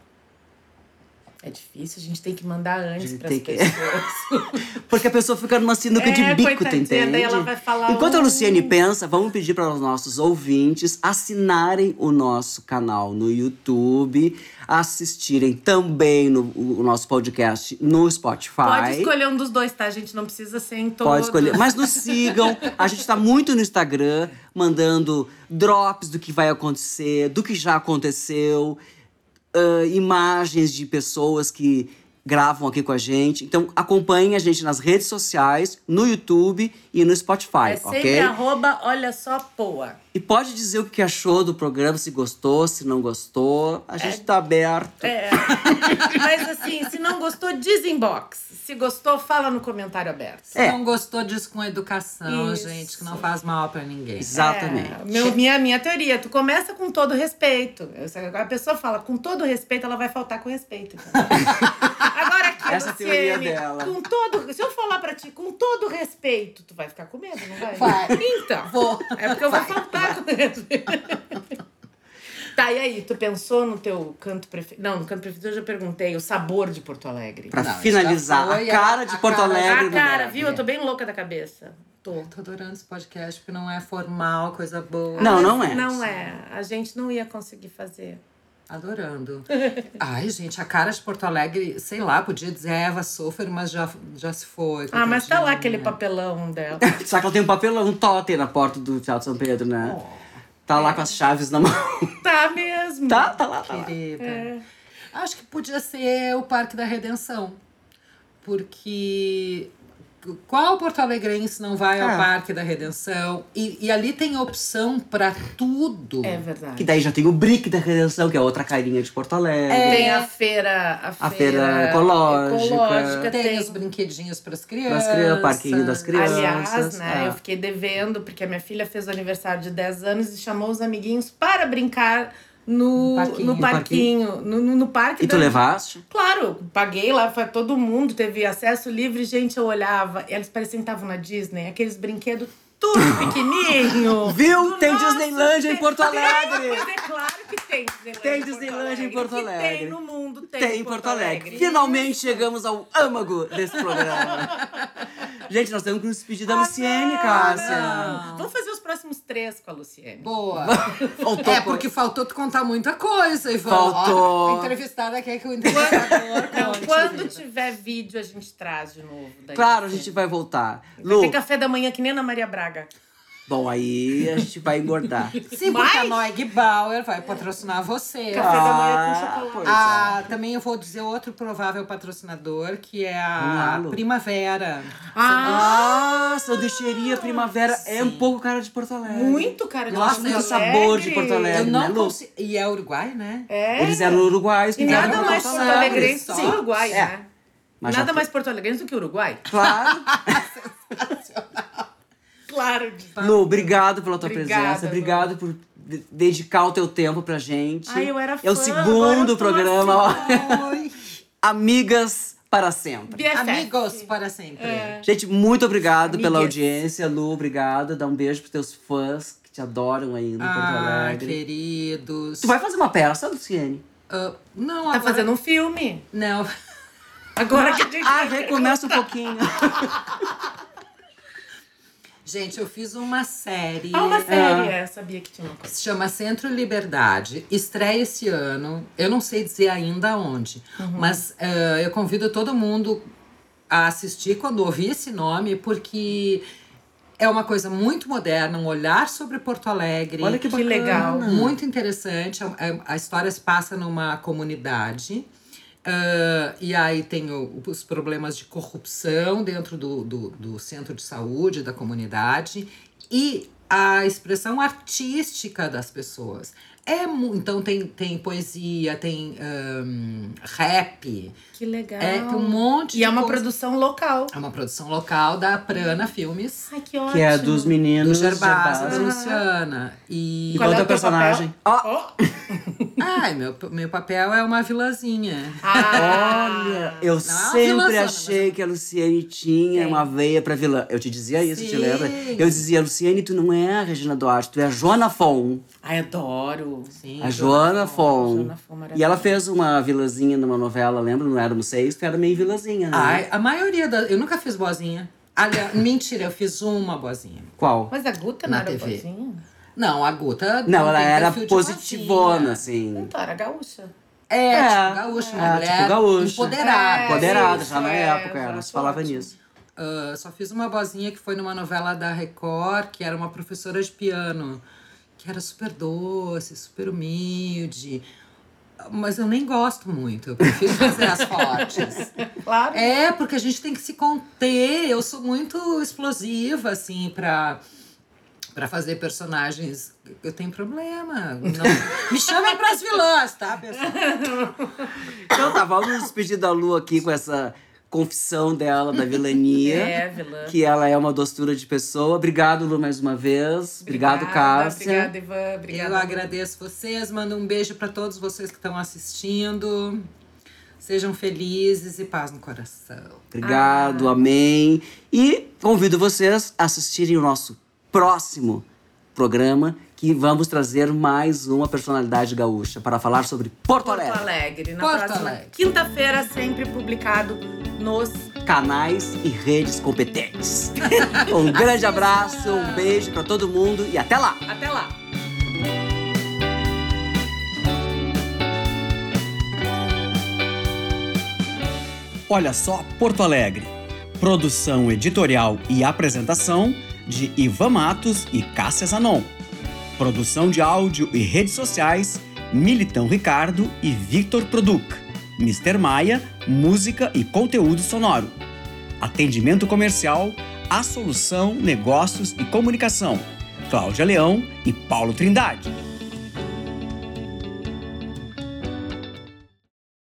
Speaker 2: É difícil, a gente tem que mandar antes
Speaker 1: gente
Speaker 2: para
Speaker 1: tem
Speaker 2: as
Speaker 1: que-
Speaker 2: pessoas.
Speaker 1: Porque a pessoa fica numa sinuca
Speaker 2: É,
Speaker 1: de bico, tu
Speaker 2: coitadinha,
Speaker 1: entende?
Speaker 2: daí ela vai falar
Speaker 1: Enquanto a
Speaker 2: um-
Speaker 1: Luciene pensa, vamos pedir para os nossos ouvintes assinarem o nosso canal no YouTube, assistirem também no, o nosso podcast no Spotify.
Speaker 2: Pode escolher um dos dois, tá? A gente não precisa ser em todos.
Speaker 1: Pode escolher. Mas nos sigam. A gente tá muito no Instagram, mandando drops do que vai acontecer, do que já aconteceu, ah, imagens de pessoas que gravam aqui com a gente. Então, acompanhem a gente nas redes sociais, no YouTube e no Spotify,
Speaker 2: É sempre
Speaker 1: ok?
Speaker 2: arroba olha só poa.
Speaker 1: E pode dizer o que achou do programa, se gostou, se não gostou. A gente tá aberto.
Speaker 2: É. Mas assim, se não gostou, desinbox. Se gostou, fala no comentário aberto.
Speaker 4: Se
Speaker 1: É.
Speaker 4: não gostou, diz com educação,
Speaker 2: Isso.
Speaker 4: gente, que não faz mal pra ninguém.
Speaker 1: Exatamente.
Speaker 2: É, meu, minha, minha teoria, tu começa com todo respeito. Eu- A pessoa fala com todo respeito, ela vai faltar com respeito. Então. Agora aqui,
Speaker 1: Essa é a teoria
Speaker 2: Luciene,
Speaker 1: dela.
Speaker 2: com todo, se eu falar pra ti com todo respeito, tu vai ficar com medo, não vai?
Speaker 4: Vai.
Speaker 2: Então,
Speaker 4: Vou.
Speaker 2: é porque eu vou faltar com respeito. Tá, e aí, tu pensou no teu canto preferido? Não, no canto preferido eu já perguntei, o sabor de Porto Alegre.
Speaker 1: Pra
Speaker 4: Não, isso
Speaker 1: finalizar,
Speaker 4: já
Speaker 1: a
Speaker 4: foi
Speaker 1: cara
Speaker 4: a-
Speaker 1: de
Speaker 4: a
Speaker 1: Porto
Speaker 4: cara-
Speaker 1: Alegre.
Speaker 2: Ah,
Speaker 1: no
Speaker 2: cara,
Speaker 1: Nerd.
Speaker 2: viu? Eu tô bem louca da cabeça. Tô.
Speaker 4: Tô adorando esse podcast, porque não é formal, coisa boa.
Speaker 1: Não,
Speaker 2: Mas
Speaker 1: não é.
Speaker 2: Não é. A gente não ia conseguir fazer.
Speaker 4: Adorando. Ai, gente, a cara de Porto Alegre, sei lá, podia dizer Eva Sofer, mas já, já se foi.
Speaker 2: Ah, mas tá lá
Speaker 4: coitadinha.
Speaker 2: aquele papelão dela.
Speaker 1: Só que ela tem um papelão, um totem na porta do Teatro São Pedro, né?
Speaker 2: Oh.
Speaker 1: Tá lá com as chaves na mão.
Speaker 2: Tá mesmo.
Speaker 1: Tá, tá lá, tá lá.
Speaker 4: Querida.
Speaker 2: É.
Speaker 4: Acho que podia ser o Parque da Redenção. Porque qual porto-alegrense não vai ao
Speaker 1: É.
Speaker 4: Parque da Redenção? E, e ali tem opção pra tudo.
Speaker 2: É verdade.
Speaker 1: Que daí já tem o Brick da Redenção, que é outra carinha de Porto Alegre.
Speaker 2: Tem a feira, a
Speaker 1: A
Speaker 2: feira,
Speaker 1: feira ecológica.
Speaker 2: ecológica,
Speaker 4: Tem,
Speaker 2: tem
Speaker 4: os brinquedinhos pras
Speaker 1: Das
Speaker 4: crianças.
Speaker 1: crianças, parquinho das crianças.
Speaker 2: Aliás, né,
Speaker 1: é.
Speaker 2: eu fiquei devendo, porque a minha filha fez o aniversário de dez anos e chamou os amiguinhos para brincar no,
Speaker 4: No parquinho.
Speaker 2: no parquinho, no, no, no parque.
Speaker 1: E tu
Speaker 2: da-
Speaker 1: levaste?
Speaker 2: Claro, paguei lá, foi todo mundo, teve acesso livre, gente, eu olhava, eles pareciam que estavam na Disney, aqueles brinquedos tudo pequenininho.
Speaker 1: Viu?
Speaker 2: Do
Speaker 1: Tem
Speaker 2: nosso
Speaker 1: Disneylândia em
Speaker 2: tempo.
Speaker 1: Porto Alegre.
Speaker 2: Mas é claro que tem Disneylândia.
Speaker 1: Tem
Speaker 2: em Porto
Speaker 1: Disneylândia em
Speaker 2: Alegre.
Speaker 1: Porto
Speaker 2: Que
Speaker 1: Alegre.
Speaker 2: Tem no mundo, tem,
Speaker 1: Tem em Porto Alegre. Finalmente chegamos ao âmago desse programa. Gente, nós temos que nos despedir da
Speaker 2: Ah,
Speaker 1: Luciene,
Speaker 2: não,
Speaker 1: Cássia.
Speaker 2: não. Vamos fazer os próximos três com a Luciene.
Speaker 4: Boa.
Speaker 1: Faltou
Speaker 4: É,
Speaker 1: co-
Speaker 4: porque faltou tu contar muita coisa, Ivan.
Speaker 1: Faltou.
Speaker 4: Ó, a entrevistada quer que o entrevistador
Speaker 2: Não,
Speaker 4: conte,
Speaker 2: quando
Speaker 4: querida.
Speaker 2: tiver vídeo, a gente traz de novo. daí.
Speaker 1: Claro, a gente vai voltar.
Speaker 2: Vai
Speaker 1: Lu,
Speaker 2: ter café da manhã que nem na Maria Braga.
Speaker 1: bom, aí a gente vai engordar.
Speaker 4: Sim, porque a
Speaker 2: Mas-
Speaker 4: Noig Bauer vai patrocinar você.
Speaker 2: Café da manhã com
Speaker 1: Ah,
Speaker 2: chocolate.
Speaker 1: pois é.
Speaker 4: Ah, também eu vou dizer outro provável patrocinador, que é
Speaker 1: Vamos lá,
Speaker 4: a
Speaker 1: Lu.
Speaker 4: Primavera.
Speaker 1: Ah, sanduicheria Primavera é um pouco cara de Porto Alegre.
Speaker 2: Muito cara de
Speaker 1: Eu acho
Speaker 2: Porto
Speaker 1: muito
Speaker 2: Alegre.
Speaker 1: sabor de Porto Alegre.
Speaker 4: Eu
Speaker 1: né,
Speaker 4: não
Speaker 1: Lu?
Speaker 4: consigo. E é Uruguai, né?
Speaker 2: É.
Speaker 1: Eles eram uruguaios que
Speaker 2: E
Speaker 1: vieram
Speaker 2: nada
Speaker 1: pra
Speaker 2: mais
Speaker 1: Porto
Speaker 2: Porto
Speaker 1: Alegre.
Speaker 2: Alegrense do que
Speaker 1: Sim.
Speaker 2: Uruguai,
Speaker 1: É.
Speaker 2: né?
Speaker 1: Mas já
Speaker 2: Nada
Speaker 1: tô-
Speaker 2: mais porto-alegrense do que Uruguai.
Speaker 1: Claro.
Speaker 2: Claro.
Speaker 1: Lu, obrigado pela tua
Speaker 2: Obrigada,
Speaker 1: presença. Obrigado por de- dedicar o teu tempo pra gente.
Speaker 2: Ai, eu era
Speaker 1: É o
Speaker 2: fã, agora
Speaker 1: segundo
Speaker 2: eu tô
Speaker 1: programa. ó.
Speaker 4: Oi.
Speaker 1: Amigas para sempre.
Speaker 2: B F F.
Speaker 4: Amigos para sempre.
Speaker 2: É.
Speaker 1: Gente, muito obrigado pela
Speaker 2: Amigas.
Speaker 1: audiência. Lu, obrigado. Dá um beijo pros teus fãs que te adoram aí no Porto
Speaker 4: Ah,
Speaker 1: Alegre.
Speaker 4: queridos.
Speaker 1: Tu vai fazer uma peça, Luciene?
Speaker 4: Ah, não,
Speaker 2: Tá
Speaker 4: agora...
Speaker 2: fazendo um filme.
Speaker 4: Não.
Speaker 2: Agora que a gente...
Speaker 1: Ah, recomeça um pouquinho.
Speaker 4: Gente, eu fiz uma série.
Speaker 2: Ah, uma série, é. Sabia que tinha uma coisa.
Speaker 4: Se chama Centro Liberdade. Estreia esse ano. Eu não sei dizer ainda onde. Uhum. Mas uh, eu convido todo mundo a assistir quando ouvir esse nome, porque é uma coisa muito moderna, um olhar sobre Porto Alegre.
Speaker 2: Olha que, que legal.
Speaker 4: Muito interessante. A, a história se passa numa comunidade. Uh, e aí tem o, os problemas de corrupção dentro do, do, do centro de saúde, da comunidade, e a expressão artística das pessoas. É, então tem, tem poesia, tem um, rap.
Speaker 2: Que legal.
Speaker 4: É, tem um monte
Speaker 2: e
Speaker 4: de
Speaker 2: é uma
Speaker 4: coisa.
Speaker 2: produção local.
Speaker 4: É uma produção local da Prana Filmes.
Speaker 2: Ai, que ótimo.
Speaker 1: Que é dos meninos
Speaker 4: do Gerbaz,
Speaker 1: Gerbaz.
Speaker 4: da Luciana. E,
Speaker 1: e qual é o personagem?
Speaker 2: Oh.
Speaker 4: Ai, meu, meu papel é uma vilãzinha.
Speaker 1: Ah. Olha, eu
Speaker 4: Não,
Speaker 1: sempre
Speaker 4: vilãzona,
Speaker 1: achei
Speaker 4: mas...
Speaker 1: que a Luciane tinha
Speaker 2: Tem.
Speaker 1: uma veia pra vilã. Eu te dizia isso,
Speaker 4: Sim.
Speaker 1: te lembra? Eu dizia, Luciane, tu não é a Regina Duarte, tu é a Joana Fon.
Speaker 2: Ai, adoro.
Speaker 4: Sim,
Speaker 1: A Joana Fon.
Speaker 2: Joana Fon,
Speaker 1: E ela fez uma vilãzinha numa novela, lembra? Não Éramos Seis, tu era meio vilãzinha, né?
Speaker 4: Ai, a maioria da... Eu nunca fiz boazinha. Aliás, mentira, eu fiz uma boazinha.
Speaker 1: Qual?
Speaker 2: Mas a Guta não
Speaker 4: Na
Speaker 2: era
Speaker 4: T V.
Speaker 2: boazinha?
Speaker 4: Não, a Guta...
Speaker 1: Não, ela
Speaker 4: tem
Speaker 1: era
Speaker 4: perfil de
Speaker 1: positivona,
Speaker 4: boazinha.
Speaker 1: assim.
Speaker 2: Então, era gaúcha.
Speaker 4: É,
Speaker 1: É,
Speaker 4: tipo gaúcha, uma
Speaker 1: é,
Speaker 4: mulher
Speaker 1: tipo gaúcha.
Speaker 4: empoderada.
Speaker 2: É,
Speaker 1: Empoderada,
Speaker 2: isso,
Speaker 1: já na
Speaker 2: é,
Speaker 1: época, ela
Speaker 2: exato,
Speaker 1: se falava
Speaker 2: ótimo.
Speaker 1: nisso.
Speaker 4: Uh, só fiz uma boazinha que foi numa novela da Record, que era uma professora de piano, que era super doce, super humilde. Mas eu nem gosto muito, eu prefiro fazer as fortes.
Speaker 2: Claro.
Speaker 4: É, porque a gente tem que se conter. Eu sou muito explosiva, assim, pra, pra fazer personagens. Eu tenho problema. Não... Me chamem pras vilãs, tá, pessoal?
Speaker 1: Então tá, vamos nos despedir da Lu aqui com essa confissão dela, da vilania.
Speaker 2: É, vilã.
Speaker 1: Que ela é uma doçura de pessoa. Obrigado, Lu, mais uma vez. Obrigado,
Speaker 2: Obrigada,
Speaker 1: Cássia.
Speaker 2: Obrigada, Ivan. Obrigada.
Speaker 4: Eu agradeço vocês, mando um beijo para todos vocês que estão assistindo. Sejam felizes e paz no coração.
Speaker 1: Obrigado,
Speaker 2: Ah.
Speaker 1: amém. E convido vocês a assistirem o nosso próximo programa, que vamos trazer mais uma personalidade gaúcha para falar sobre Porto,
Speaker 2: Porto
Speaker 1: Alegre.
Speaker 2: Alegre. Na
Speaker 4: Porto
Speaker 2: próxima
Speaker 4: Alegre.
Speaker 2: quinta-feira, sempre publicado nos...
Speaker 1: Canais e redes competentes. Um grande abraço, um beijo para todo mundo e até lá!
Speaker 2: Até lá.
Speaker 1: Olha só, Porto Alegre. Produção editorial e apresentação de Ivan Matos e Cássia Zanon. Produção de áudio e redes sociais, Militão Ricardo e Victor Produc. mister Maia, música e conteúdo sonoro. Atendimento comercial, A Solução, Negócios e Comunicação. Cláudia Leão e Paulo Trindade.